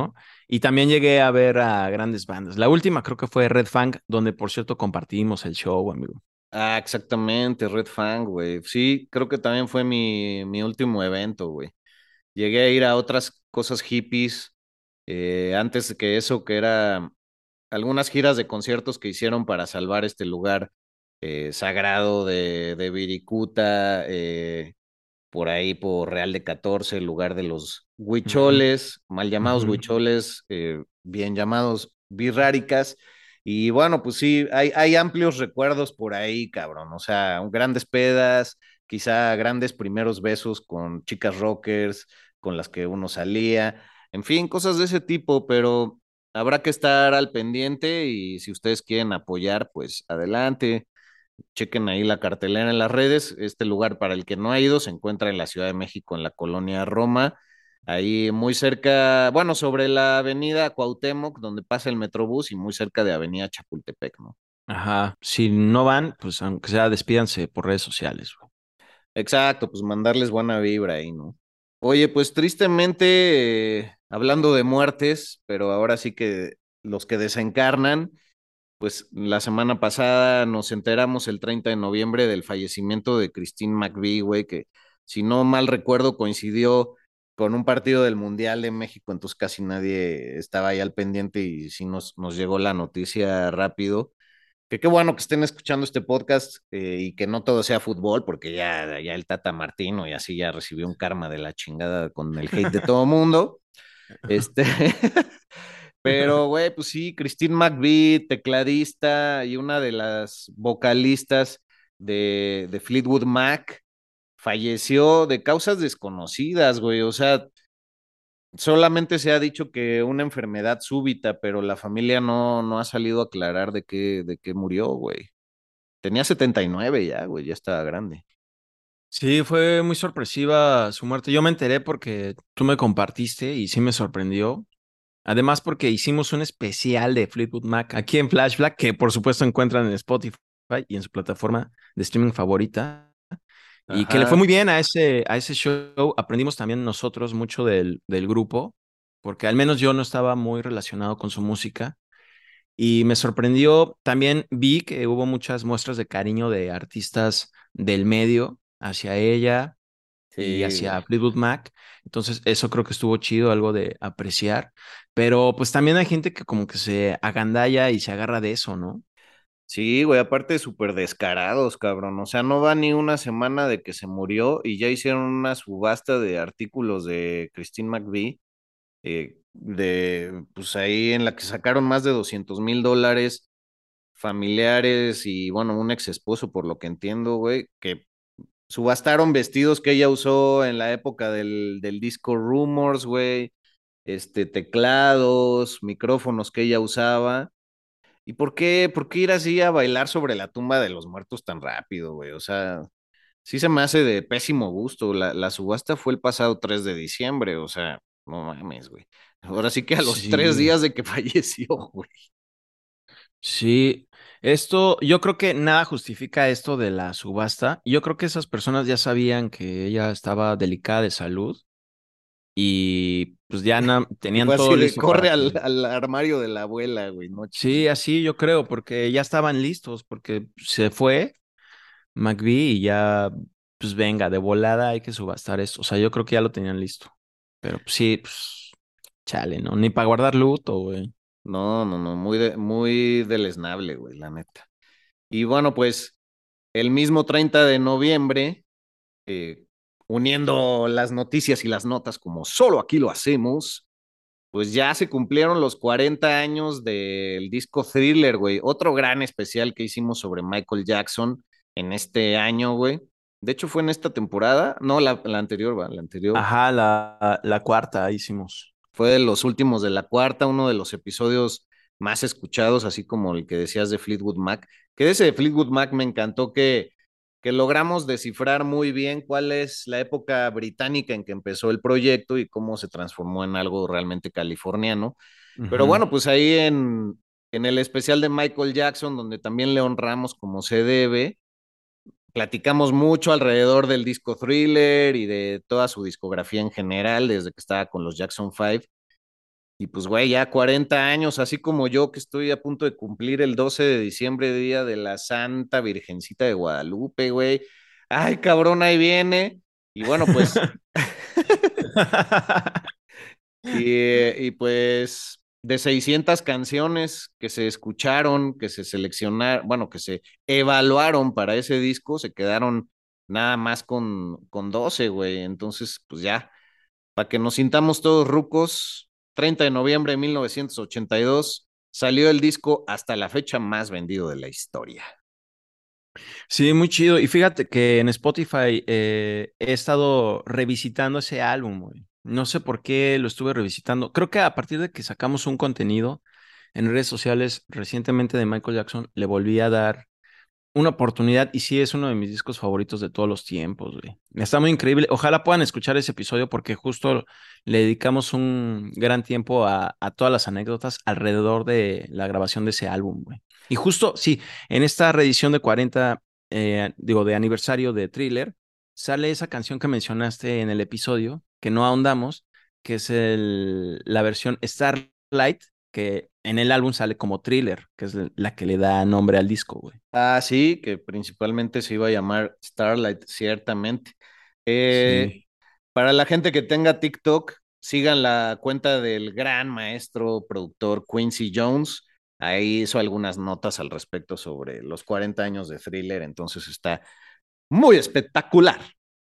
Y también llegué a ver a grandes bandas. La última creo que fue Red Fang, donde por cierto compartimos el show, amigo. Ah, exactamente, Red Fang, güey. Sí, creo que también fue mi, mi último evento, güey. Llegué a ir a otras cosas hippies, eh, antes de que eso, que era algunas giras de conciertos que hicieron para salvar este lugar eh, sagrado de, de Viricuta, eh, por ahí por Real de catorce, el lugar de los Ujú, huicholes, mal llamados ujú. huicholes, eh, bien llamados birráricas. Y bueno, pues sí, hay, hay amplios recuerdos por ahí, cabrón. O sea, grandes pedas, quizá grandes primeros besos con chicas rockers con las que uno salía, en fin, cosas de ese tipo, pero habrá que estar al pendiente y si ustedes quieren apoyar, pues adelante. Chequen ahí la cartelera en las redes. Este lugar, para el que no ha ido, se encuentra en la Ciudad de México, en la colonia Roma, ahí muy cerca, bueno, sobre la avenida Cuauhtémoc, donde pasa el Metrobús, y muy cerca de avenida Chapultepec, ¿no? Ajá. Si no van, pues aunque sea, despídanse por redes sociales, güey. Exacto, pues mandarles buena vibra ahí, ¿no? Oye, pues tristemente, eh, hablando de muertes, pero ahora sí que los que desencarnan, pues la semana pasada nos enteramos el treinta de noviembre del fallecimiento de Christine McVie, güey, que si no mal recuerdo coincidió con un partido del Mundial de México, entonces casi nadie estaba ahí al pendiente y sí nos, nos llegó la noticia rápido. Que qué bueno que estén escuchando este podcast, eh, y que no todo sea fútbol, porque ya, ya el Tata Martino y así ya recibió un karma de la chingada con el hate de todo mundo. Este, pero, güey, pues sí, Christine McVie, tecladista y una de las vocalistas de, de Fleetwood Mac, falleció de causas desconocidas, güey. O sea, solamente se ha dicho que una enfermedad súbita, pero la familia no, no ha salido a aclarar de qué, de qué murió, güey. Tenía setenta y nueve ya, güey, ya estaba grande. Sí, fue muy sorpresiva su muerte. Yo me enteré porque tú me compartiste y sí me sorprendió. Además, porque hicimos un especial de Fleetwood Mac aquí en Flash Black, que por supuesto encuentran en Spotify y en su plataforma de streaming favorita. Y que le fue Ajá. muy bien a ese, a ese show. Aprendimos también nosotros mucho del, del grupo, porque al menos yo no estaba muy relacionado con su música. Y me sorprendió, también vi que hubo muchas muestras de cariño de artistas del medio hacia ella y Sí, hacia güey. Fleetwood Mac. Entonces, eso creo que estuvo chido, algo de apreciar. Pero pues también hay gente que como que se agandalla y se agarra de eso, ¿no? Sí, güey, aparte súper descarados, cabrón. O sea, no va ni una semana de que se murió y ya hicieron una subasta de artículos de Christine McVie, eh, de, pues ahí en la que sacaron más de doscientos mil dólares familiares y, bueno, un ex esposo, por lo que entiendo, güey, que subastaron vestidos que ella usó en la época del, del disco Rumors, güey, este, teclados, micrófonos que ella usaba. ¿Y por qué, por qué ir así a bailar sobre la tumba de los muertos tan rápido, güey? O sea, sí se me hace de pésimo gusto. La, la subasta fue el pasado tres de diciembre, o sea, no mames, güey. Ahora sí que a los tres Sí, días de que falleció, güey. sí. Esto, yo creo que nada justifica esto de la subasta. Yo creo que esas personas ya sabían que ella estaba delicada de salud y pues ya na- Y tenían fue todo así de listo para corre al, que... al armario de la abuela, güey, no Sí, chingues. así yo creo, porque ya estaban listos, porque se fue McVie y ya, pues venga, de volada hay que subastar esto. O sea, yo creo que ya lo tenían listo. Pero pues, sí, pues, chale, ¿no? Ni para guardar luto, güey. No, no, no, muy, de, muy deleznable, güey, la neta. Y bueno, pues el mismo treinta de noviembre, eh, uniendo las noticias y las notas como solo aquí lo hacemos, pues ya se cumplieron los cuarenta años del disco Thriller, güey. Otro gran especial que hicimos sobre Michael Jackson en este año, güey. De hecho, fue en esta temporada. No, la, la anterior, va, la anterior. Ajá, la, la cuarta hicimos. Fue de los últimos de la cuarta, uno de los episodios más escuchados, así como el que decías de Fleetwood Mac. Que de ese de Fleetwood Mac me encantó que, que logramos descifrar muy bien cuál es la época británica en que empezó el proyecto y cómo se transformó en algo realmente californiano. Pero Ujú. bueno, pues ahí en, en el especial de Michael Jackson, donde también le honramos como se debe, platicamos mucho alrededor del disco Thriller y de toda su discografía en general, desde que estaba con los Jackson Five. Y pues, güey, ya cuarenta años, así como yo que estoy a punto de cumplir el doce de diciembre, día de la Santa Virgencita de Guadalupe, güey. Ay, cabrón, ahí viene. Y bueno, pues, y, y pues de seiscientas canciones que se escucharon, que se seleccionaron, bueno, que se evaluaron para ese disco, se quedaron nada más con, con doce, güey. Entonces, pues ya, para que nos sintamos todos rucos, treinta de noviembre de mil novecientos ochenta y dos salió el disco hasta la fecha más vendido de la historia. Sí, muy chido. Y fíjate que en Spotify eh, he estado revisitando ese álbum, güey. No sé por qué lo estuve revisitando. Creo que a partir de que sacamos un contenido en redes sociales recientemente de Michael Jackson, le volví a dar una oportunidad y sí es uno de mis discos favoritos de todos los tiempos, güey. Está muy increíble. Ojalá puedan escuchar ese episodio porque justo le dedicamos un gran tiempo a, a todas las anécdotas alrededor de la grabación de ese álbum, güey. Y justo, sí, en esta reedición de cuarenta, eh, digo, de aniversario de Thriller, sale esa canción que mencionaste en el episodio, que no ahondamos, que es el, la versión Starlight, que en el álbum sale como Thriller, que es la que le da nombre al disco, güey. Ah, sí, que principalmente se iba a llamar Starlight, ciertamente. Eh, Sí. para la gente que tenga TikTok, sigan la cuenta del gran maestro productor Quincy Jones. Ahí hizo algunas notas al respecto sobre los cuarenta años de Thriller, entonces está muy espectacular.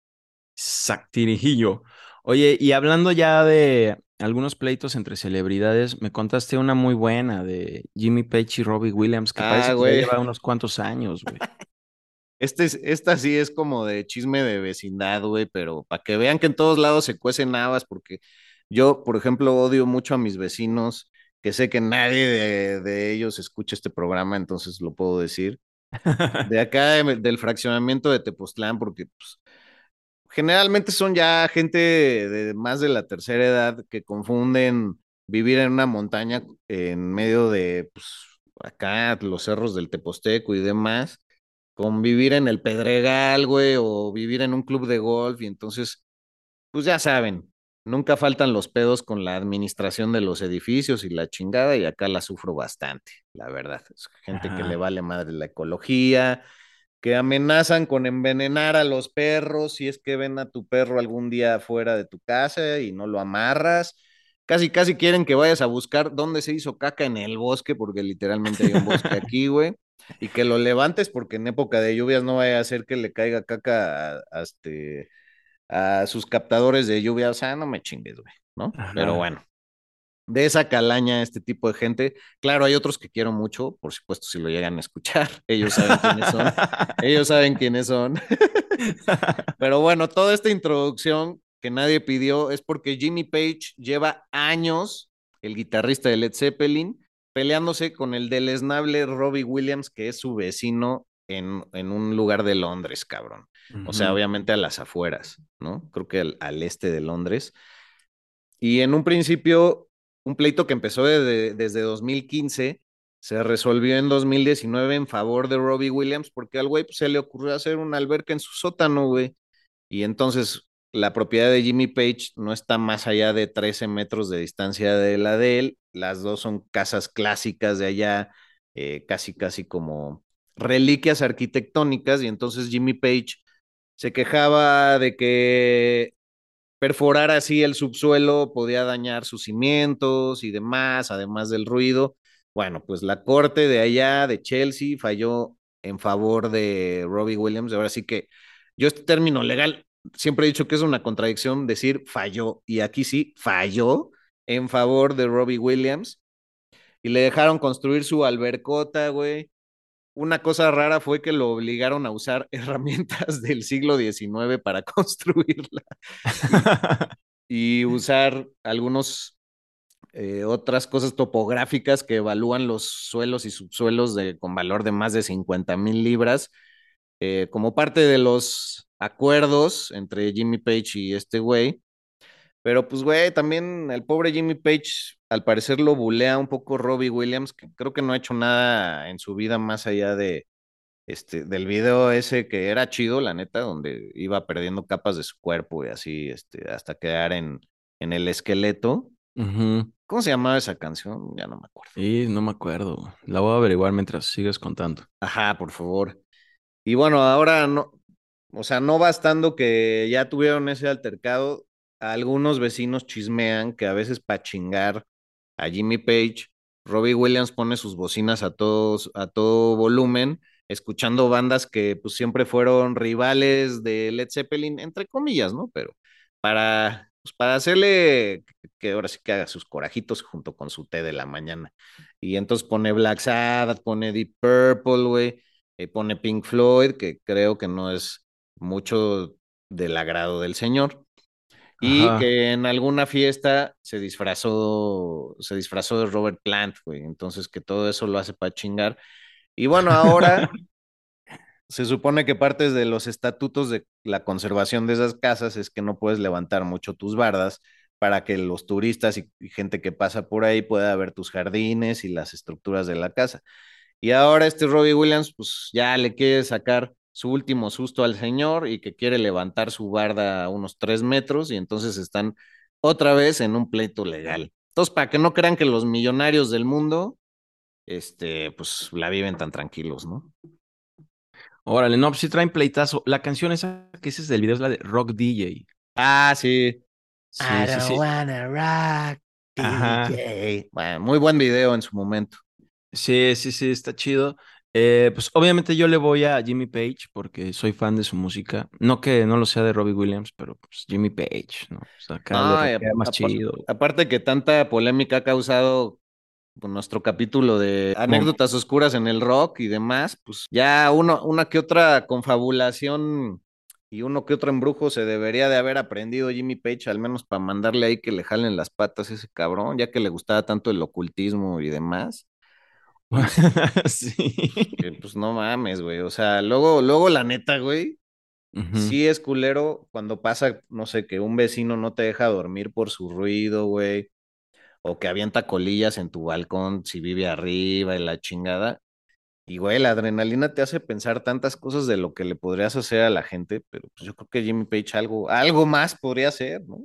Exactirijillo. Oye, y hablando ya de algunos pleitos entre celebridades, me contaste una muy buena de Jimmy Page y Robbie Williams, que Ah, parece que ya güey. lleva unos cuantos años, güey. Este es, esta sí es como de chisme de vecindad, güey, pero para que vean que en todos lados se cuecen habas, porque yo, por ejemplo, odio mucho a mis vecinos, que sé que nadie de, de ellos escucha este programa, entonces lo puedo decir. De acá, de- del fraccionamiento de Tepoztlán, porque pues, generalmente son ya gente de más de la tercera edad que confunden vivir en una montaña en medio de, pues, acá, los cerros del Teposteco y demás con vivir en el Pedregal, güey, o vivir en un club de golf, y entonces, pues ya saben, nunca faltan los pedos con la administración de los edificios y la chingada, y acá la sufro bastante, la verdad. Es gente que le Ajá. vale madre la ecología, que amenazan con envenenar a los perros si es que ven a tu perro algún día fuera de tu casa y no lo amarras. Casi, casi quieren que vayas a buscar dónde se hizo caca en el bosque, porque literalmente hay un bosque aquí, güey, y que lo levantes porque en época de lluvias no vaya a ser que le caiga caca a, a este, a sus captadores de lluvia. O sea, no me chingues, güey, ¿no? Pero Ajá. bueno, de esa calaña este tipo de gente. Claro, hay otros que quiero mucho, por supuesto, si lo llegan a escuchar, ellos saben quiénes son, ellos saben quiénes son. Pero bueno, toda esta introducción que nadie pidió es porque Jimmy Page lleva años, el guitarrista de Led Zeppelin, peleándose con el deleznable Robbie Williams, que es su vecino en, en un lugar de Londres, cabrón. O sea, Ujú. obviamente a las afueras, ¿no? Creo que al, al este de Londres. Y en un principio, un pleito que empezó desde, desde dos mil quince se resolvió en dos mil diecinueve en favor de Robbie Williams porque al güey pues, se le ocurrió hacer una alberca en su sótano, güey. Y entonces la propiedad de Jimmy Page no está más allá de trece metros de distancia de la de él. Las dos son casas clásicas de allá, eh, casi, casi como reliquias arquitectónicas. Y entonces Jimmy Page se quejaba de que perforar así el subsuelo podía dañar sus cimientos y demás, además del ruido. Bueno, pues la corte de allá, de Chelsea, falló en favor de Robbie Williams. Ahora sí que yo este término legal siempre he dicho que es una contradicción decir falló, y aquí sí, falló en favor de Robbie Williams y le dejaron construir su albercota, güey. Una cosa rara fue que lo obligaron a usar herramientas del siglo diecinueve para construirla y, y usar algunos eh, otras cosas topográficas que evalúan los suelos y subsuelos de, con valor de más de cincuenta mil libras, eh, como parte de los acuerdos entre Jimmy Page y este güey. Pero pues, güey, también el pobre Jimmy Page, al parecer lo bulea un poco Robbie Williams, que creo que no ha hecho nada en su vida más allá de este, del video ese que era chido, la neta, donde iba perdiendo capas de su cuerpo y así, este, hasta quedar en, en el esqueleto. Ujú. ¿Cómo se llamaba esa canción? Ya no me acuerdo. Y no me acuerdo. La voy a averiguar mientras sigues contando. Ajá, por favor. Y bueno, ahora no, o sea, no bastando que ya tuvieron ese altercado, algunos vecinos chismean que a veces para chingar a Jimmy Page, Robbie Williams pone sus bocinas a todos, a todo volumen, escuchando bandas que pues siempre fueron rivales de Led Zeppelin, entre comillas, ¿no? Pero para, pues, para hacerle que ahora sí que haga sus corajitos junto con su té de la mañana. Y entonces pone Black Sabbath, pone Deep Purple, güey, eh, pone Pink Floyd, que creo que no es mucho del agrado del señor. Y Ajá. que en alguna fiesta se disfrazó, se disfrazó de Robert Plant, güey. Entonces que todo eso lo hace para chingar. Y bueno, ahora se supone que parte de los estatutos de la conservación de esas casas es que no puedes levantar mucho tus bardas para que los turistas y, y gente que pasa por ahí pueda ver tus jardines y las estructuras de la casa. Y ahora este Robbie Williams, pues ya le quiere sacar su último susto al señor y que quiere levantar su barda a unos tres metros y entonces están otra vez en un pleito legal. Entonces, para que no crean que los millonarios del mundo, este, pues la viven tan tranquilos, ¿no? Órale, no, pues sí traen pleitazo. La canción esa que dices del video es la de Rock D J. Ah, sí. I Sí, sí, don't sí. wanna rock Ajá. D J. Bueno, muy buen video en su momento. Sí, sí, sí, está chido. Eh, pues obviamente yo le voy a Jimmy Page porque soy fan de su música. No que no lo sea de Robbie Williams, pero pues Jimmy Page, ¿no? O sea, acá le No, y a- rockea más apa- chido. aparte que tanta polémica ha causado pues, nuestro capítulo de Mom- anécdotas oscuras en el rock y demás, pues ya uno, una que otra confabulación y uno que otro embrujo se debería de haber aprendido Jimmy Page, al menos para mandarle ahí que le jalen las patas a ese cabrón, ya que le gustaba tanto el ocultismo y demás. Y Sí. que, pues no mames, güey. O sea, luego, luego la neta, güey, Ujú. sí es culero cuando pasa, no sé, que un vecino no te deja dormir por su ruido, güey, o que avienta colillas en tu balcón si vive arriba y la chingada. Y, güey, la adrenalina te hace pensar tantas cosas de lo que le podrías hacer a la gente, pero pues yo creo que Jimmy Page algo, algo más podría hacer, ¿no?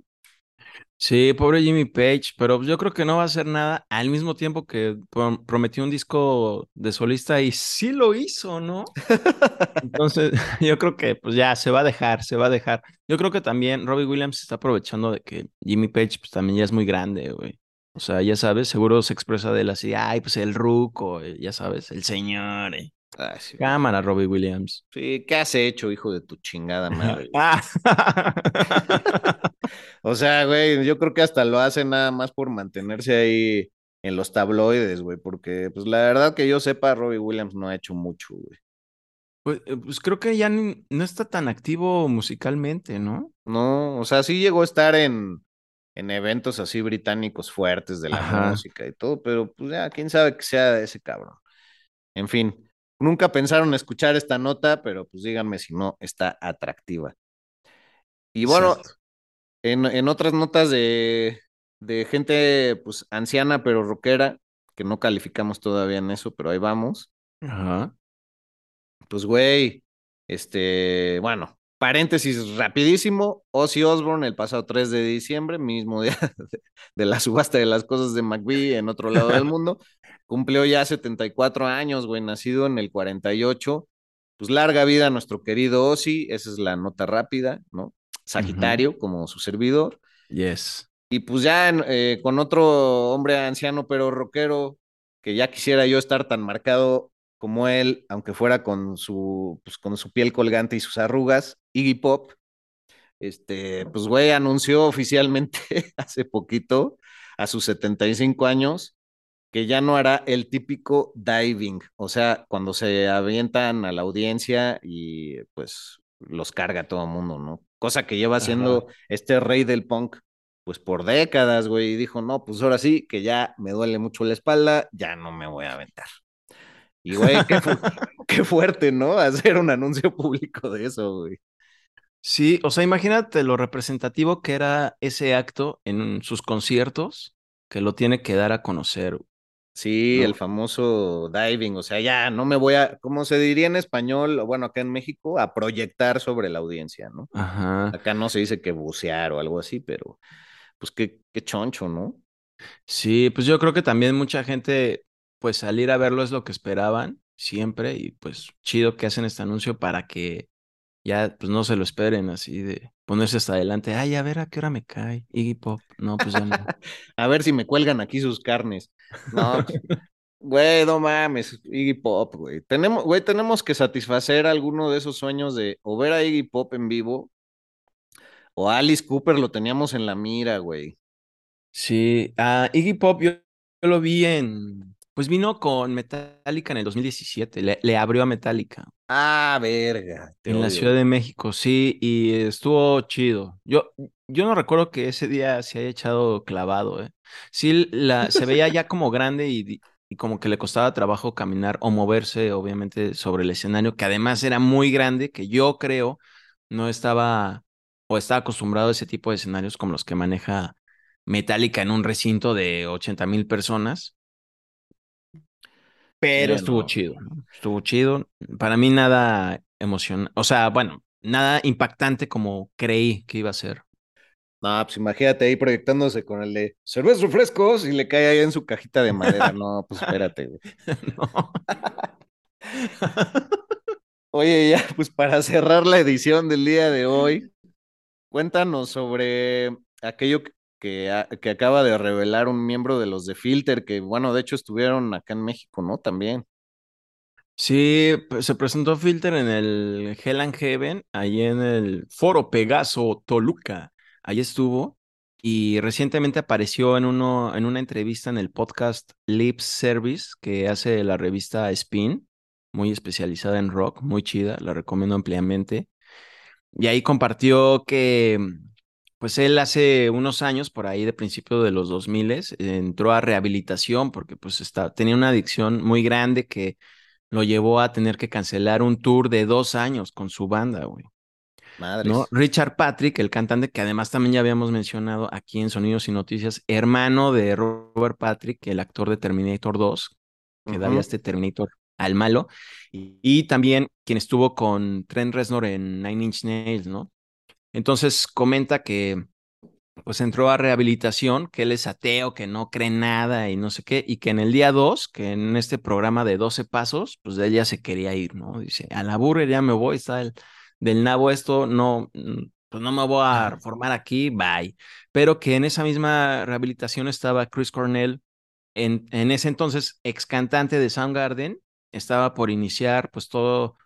Sí, pobre Jimmy Page, pero yo creo que no va a hacer nada al mismo tiempo que prom- prometió un disco de solista y sí lo hizo, ¿no? Entonces, yo creo que pues ya se va a dejar, se va a dejar. Yo creo que también Robbie Williams está aprovechando de que Jimmy Page pues también ya es muy grande, güey. O sea, ya sabes, seguro se expresa de él así, ay, pues el ruco, eh, ya sabes, el señor. eh. Ay, sí, güey. Cámara, Robbie Williams. Sí, ¿qué has hecho, hijo de tu chingada madre, güey? Ah. O sea, güey, yo creo que hasta lo hace nada más por mantenerse ahí en los tabloides, güey, porque pues la verdad que yo sepa, Robbie Williams no ha hecho mucho, güey. Pues, eh, pues creo que ya ni- no está tan activo musicalmente, ¿no? No, o sea, sí llegó a estar en, en eventos así británicos fuertes de la Ajá. música y todo, pero pues ya, quién sabe que sea de ese cabrón. En fin, nunca pensaron escuchar esta nota, pero pues díganme si no está atractiva. Y bueno, Exacto. en, en otras notas de, de gente pues anciana pero rockera, que no calificamos todavía en eso, pero ahí vamos. Ajá. Pues güey, este, bueno, paréntesis rapidísimo, Ozzy Osbourne el pasado tres de diciembre, mismo día de, de la subasta de las cosas de McVie en otro lado del mundo, cumplió ya setenta y cuatro años, güey, nacido en el cuarenta y ocho. Pues larga vida a nuestro querido Ozzy, esa es la nota rápida, ¿no? Ujú. Sagitario, como su servidor. Yes. Y pues ya eh, con otro hombre anciano pero rockero, que ya quisiera yo estar tan marcado como él, aunque fuera con su, pues, con su piel colgante y sus arrugas, Iggy Pop, este, pues güey, anunció oficialmente hace poquito, a sus setenta y cinco años, que ya no hará el típico diving, o sea, cuando se avientan a la audiencia y pues los carga todo el mundo, ¿no? Cosa que lleva Ajá. haciendo este rey del punk, pues por décadas, güey, y dijo, no, pues ahora sí, que ya me duele mucho la espalda, ya no me voy a aventar. Y güey, qué, fu qué fuerte, ¿no? Hacer un anuncio público de eso, güey. Sí, o sea, imagínate lo representativo que era ese acto en sus conciertos, que lo tiene que dar a conocer, Sí, el ¿no? famoso diving, o sea, ya no me voy a, ¿cómo se diría en español? O bueno, acá en México, a proyectar sobre la audiencia, ¿no? Ajá. Acá no se dice que bucear o algo así, pero pues qué, qué choncho, ¿no? Sí, pues yo creo que también mucha gente, pues salir a verlo es lo que esperaban siempre y pues chido que hacen este anuncio para que ya pues no se lo esperen así de ponerse hasta adelante. Ay, a ver a qué hora me cae Iggy Pop. No, pues ya no. A ver si me cuelgan aquí sus carnes. No, pues, güey, no mames, Iggy Pop, güey. Tenemos, güey, tenemos que satisfacer alguno de esos sueños de o ver a Iggy Pop en vivo o a Alice Cooper lo teníamos en la mira, güey. Sí, a Iggy Pop yo, yo lo vi en, pues vino con Metallica en el dos mil diecisiete, le, le abrió a Metallica Ah, verga, te en la odio, Ciudad güey. de México, sí, y estuvo chido. Yo, yo no recuerdo que ese día se haya echado clavado, ¿eh? Sí, la, se veía ya como grande y, di- y como que le costaba trabajo caminar o moverse, obviamente, sobre el escenario, que además era muy grande, que yo creo no estaba o estaba acostumbrado a ese tipo de escenarios como los que maneja Metallica en un recinto de ochenta mil personas, pero Sí, estuvo no. chido, ¿no? Estuvo chido. Para mí nada emocionante, o sea, bueno, nada impactante como creí que iba a ser. No, pues imagínate ahí proyectándose con el de cervezas refrescos y le cae ahí en su cajita de madera. No, pues espérate, güey. No. Oye, ya, pues para cerrar la edición del día de hoy, cuéntanos sobre aquello que, que, a- que acaba de revelar un miembro de los de Filter, que bueno, de hecho estuvieron acá en México, ¿no? También. Sí, pues, se presentó Filter en el Hell and Heaven, ahí en el Foro Pegaso Toluca. Ahí estuvo y recientemente apareció en uno, en una entrevista en el podcast Lip Service que hace la revista Spin, muy especializada en rock, muy chida, la recomiendo ampliamente. Y ahí compartió que, pues él hace unos años, por ahí de principio de los dos mil, entró a rehabilitación porque pues está, tenía una adicción muy grande que lo llevó a tener que cancelar un tour de dos años con su banda, güey. ¿No? Madres. Richard Patrick, el cantante que además también ya habíamos mencionado aquí en Sonidos y Noticias, hermano de Robert Patrick, el actor de Terminator dos, que da ya Ujú. este Terminator al malo, y, y también quien estuvo con Trent Reznor en Nine Inch Nails, ¿no? Entonces comenta que pues entró a rehabilitación, que él es ateo, que no cree en nada y no sé qué, y que en el día dos, que en este programa de doce pasos, pues de él ya se quería ir, ¿no? Dice, a la burger ya me voy, está el, del nabo esto, no, mm, pues no me voy a formar aquí, bye. Pero que en esa misma rehabilitación estaba Chris Cornell, en, en ese entonces ex cantante de Soundgarden, estaba por iniciar pues todo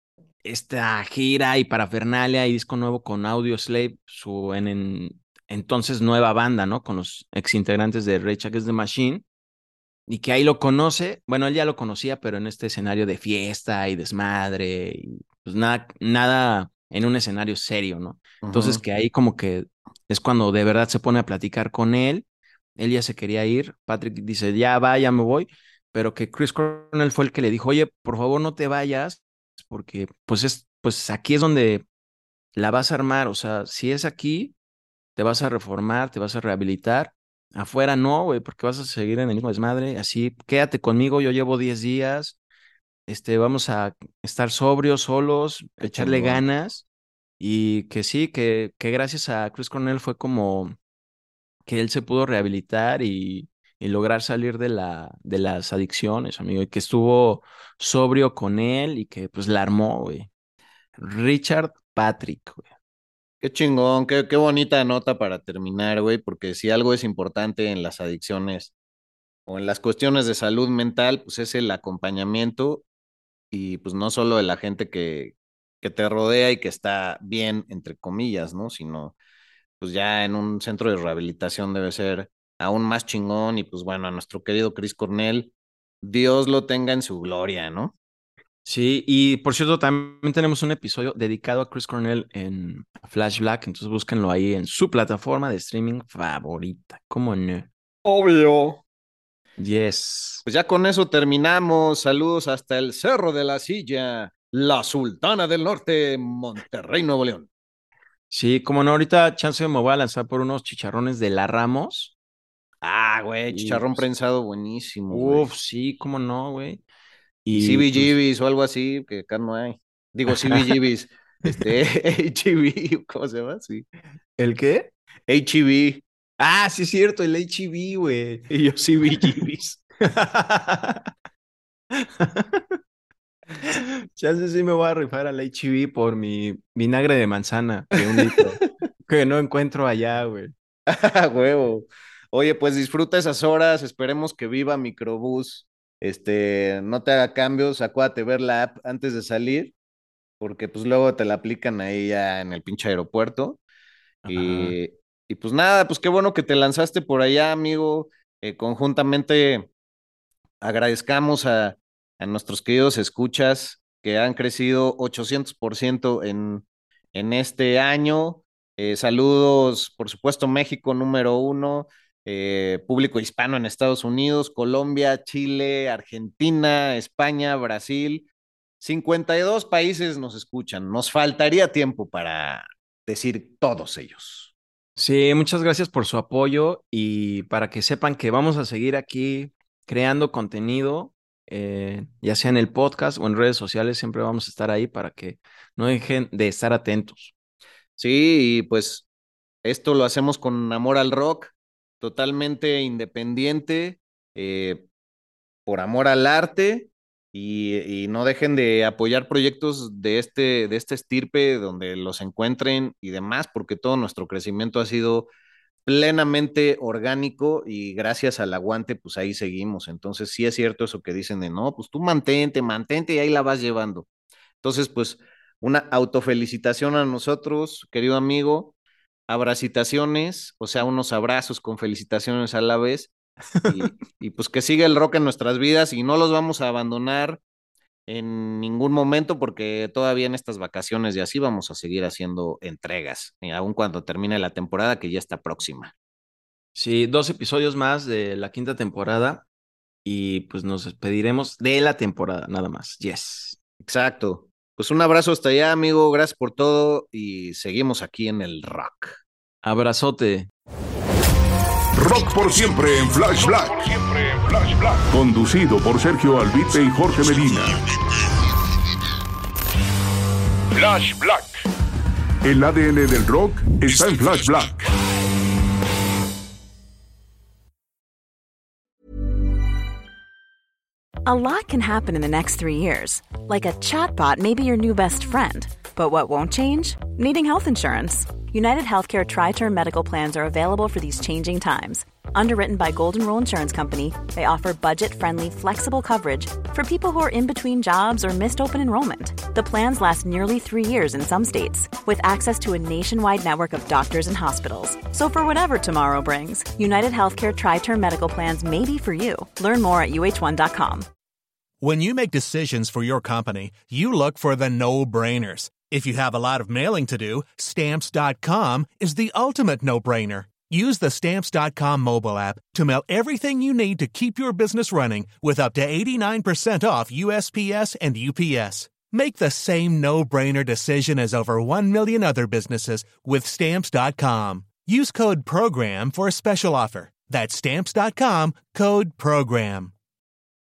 esta gira y parafernalia y disco nuevo con Audioslave, su en, en- entonces nueva banda, ¿no? Con los ex integrantes de Rage Against the Machine, y que ahí lo conoce, bueno, él ya lo conocía, pero en este escenario de fiesta y desmadre, y pues nada, nada en un escenario serio, ¿no? Entonces Ujú. que ahí como que es cuando de verdad se pone a platicar con él, él ya se quería ir, Patrick dice, ya va, ya me voy, pero que Chris Cornell fue el que le dijo, oye, por favor no te vayas, porque pues es, pues aquí es donde la vas a armar, o sea, si es aquí, te vas a reformar, te vas a rehabilitar. Afuera no, güey, porque vas a seguir en el mismo desmadre. Así, quédate conmigo, yo llevo diez días, este, vamos a estar sobrios, solos, Qué echarle chingón. ganas. Y que sí, que, que gracias a Chris Cornell fue como que él se pudo rehabilitar y, y lograr salir de la, de las adicciones, amigo, y que estuvo sobrio con él y que pues la armó, güey. Richard Patrick, güey. Qué chingón, qué, qué bonita nota para terminar, güey, porque si algo es importante en las adicciones o en las cuestiones de salud mental, pues es el acompañamiento y pues no solo de la gente que, que te rodea y que está bien, entre comillas, ¿no? Sino pues ya en un centro de rehabilitación debe ser aún más chingón y pues bueno, a nuestro querido Chris Cornell, Dios lo tenga en su gloria, ¿no? Sí, y por cierto, también tenemos un episodio dedicado a Chris Cornell en Flash Black, entonces búsquenlo ahí en su plataforma de streaming favorita. ¿Cómo no? Obvio. Yes. Pues ya con eso terminamos. Saludos hasta el Cerro de la Silla, la Sultana del Norte, Monterrey, Nuevo León. Sí, como no, ahorita chance me voy a lanzar por unos chicharrones de la Ramos. Ah, güey, Y chicharrón pues, prensado buenísimos, güey. uff, sí, cómo no, güey. Y Y pues, C B G Bs o algo así, que acá no hay. Digo C B G Bs, este, H E B, ¿cómo se llama? Sí. ¿el qué? H E B. Ah, sí es cierto, el H E B, güey. Y yo sí vi Gibis. Chance sí me voy a rifar al H E B por mi vinagre de manzana de un litro que no encuentro allá, güey. Huevo. Oye, pues disfruta esas horas, esperemos que viva Microbús, este, no te haga cambios, acuérdate ver la app antes de salir, porque pues luego te la aplican ahí ya en el pinche aeropuerto. Ajá. Y, y pues nada, pues qué bueno que te lanzaste por allá, amigo. Eh, conjuntamente agradezcamos a, a nuestros queridos escuchas que han crecido ochocientos por ciento en, en este año. Eh, saludos, por supuesto, México número uno, eh, público hispano en Estados Unidos, Colombia, Chile, Argentina, España, Brasil. cincuenta y dos países nos escuchan. Nos faltaría tiempo para decir todos ellos. Sí, muchas gracias por su apoyo y para que sepan que vamos a seguir aquí creando contenido, eh, ya sea en el podcast o en redes sociales, siempre vamos a estar ahí para que no dejen de estar atentos. Sí, y pues esto lo hacemos con amor al rock, totalmente independiente, eh, por amor al arte, y, y no dejen de apoyar proyectos de este, de este estirpe donde los encuentren y demás, porque todo nuestro crecimiento ha sido plenamente orgánico y gracias al aguante, pues ahí seguimos. Entonces sí es cierto eso que dicen de, no, pues tú mantente, mantente y ahí la vas llevando. Entonces, pues una autofelicitación a nosotros, querido amigo, abracitaciones, o sea, unos abrazos con felicitaciones a la vez, y, y pues que siga el rock en nuestras vidas y no los vamos a abandonar en ningún momento porque todavía en estas vacaciones y así vamos a seguir haciendo entregas, eh, aun cuando termine la temporada que ya está próxima. Sí, dos episodios más de la quinta temporada y pues nos despediremos de la temporada, nada más. Yes. Exacto. Pues un abrazo hasta allá, amigo, gracias por todo y seguimos aquí en el rock. Abrazote. Rock por siempre en Flash Black. Conducido por Sergio Albite y Jorge Medina. Flash Black. El A D N del rock está en Flash Black. A lot can happen in the next three years. Like a chatbot may be your new best friend. But what won't change? Needing health insurance. United Healthcare Tri-Term Medical Plans are available for these changing times. Underwritten by Golden Rule Insurance Company, they offer budget-friendly, flexible coverage for people who are in between jobs or missed open enrollment. The plans last nearly three years in some states, with access to a nationwide network of doctors and hospitals. So for whatever tomorrow brings, United Healthcare Tri-Term Medical Plans may be for you. Learn more at U H one dot com. When you make decisions for your company, you look for the no-brainers. If you have a lot of mailing to do, Stamps dot com is the ultimate no-brainer. Use the Stamps dot com mobile app to mail everything you need to keep your business running with up to eighty-nine percent off U S P S and U P S. Make the same no-brainer decision as over one million other businesses with Stamps dot com. Use code PROGRAM for a special offer. That's Stamps dot com, code PROGRAM.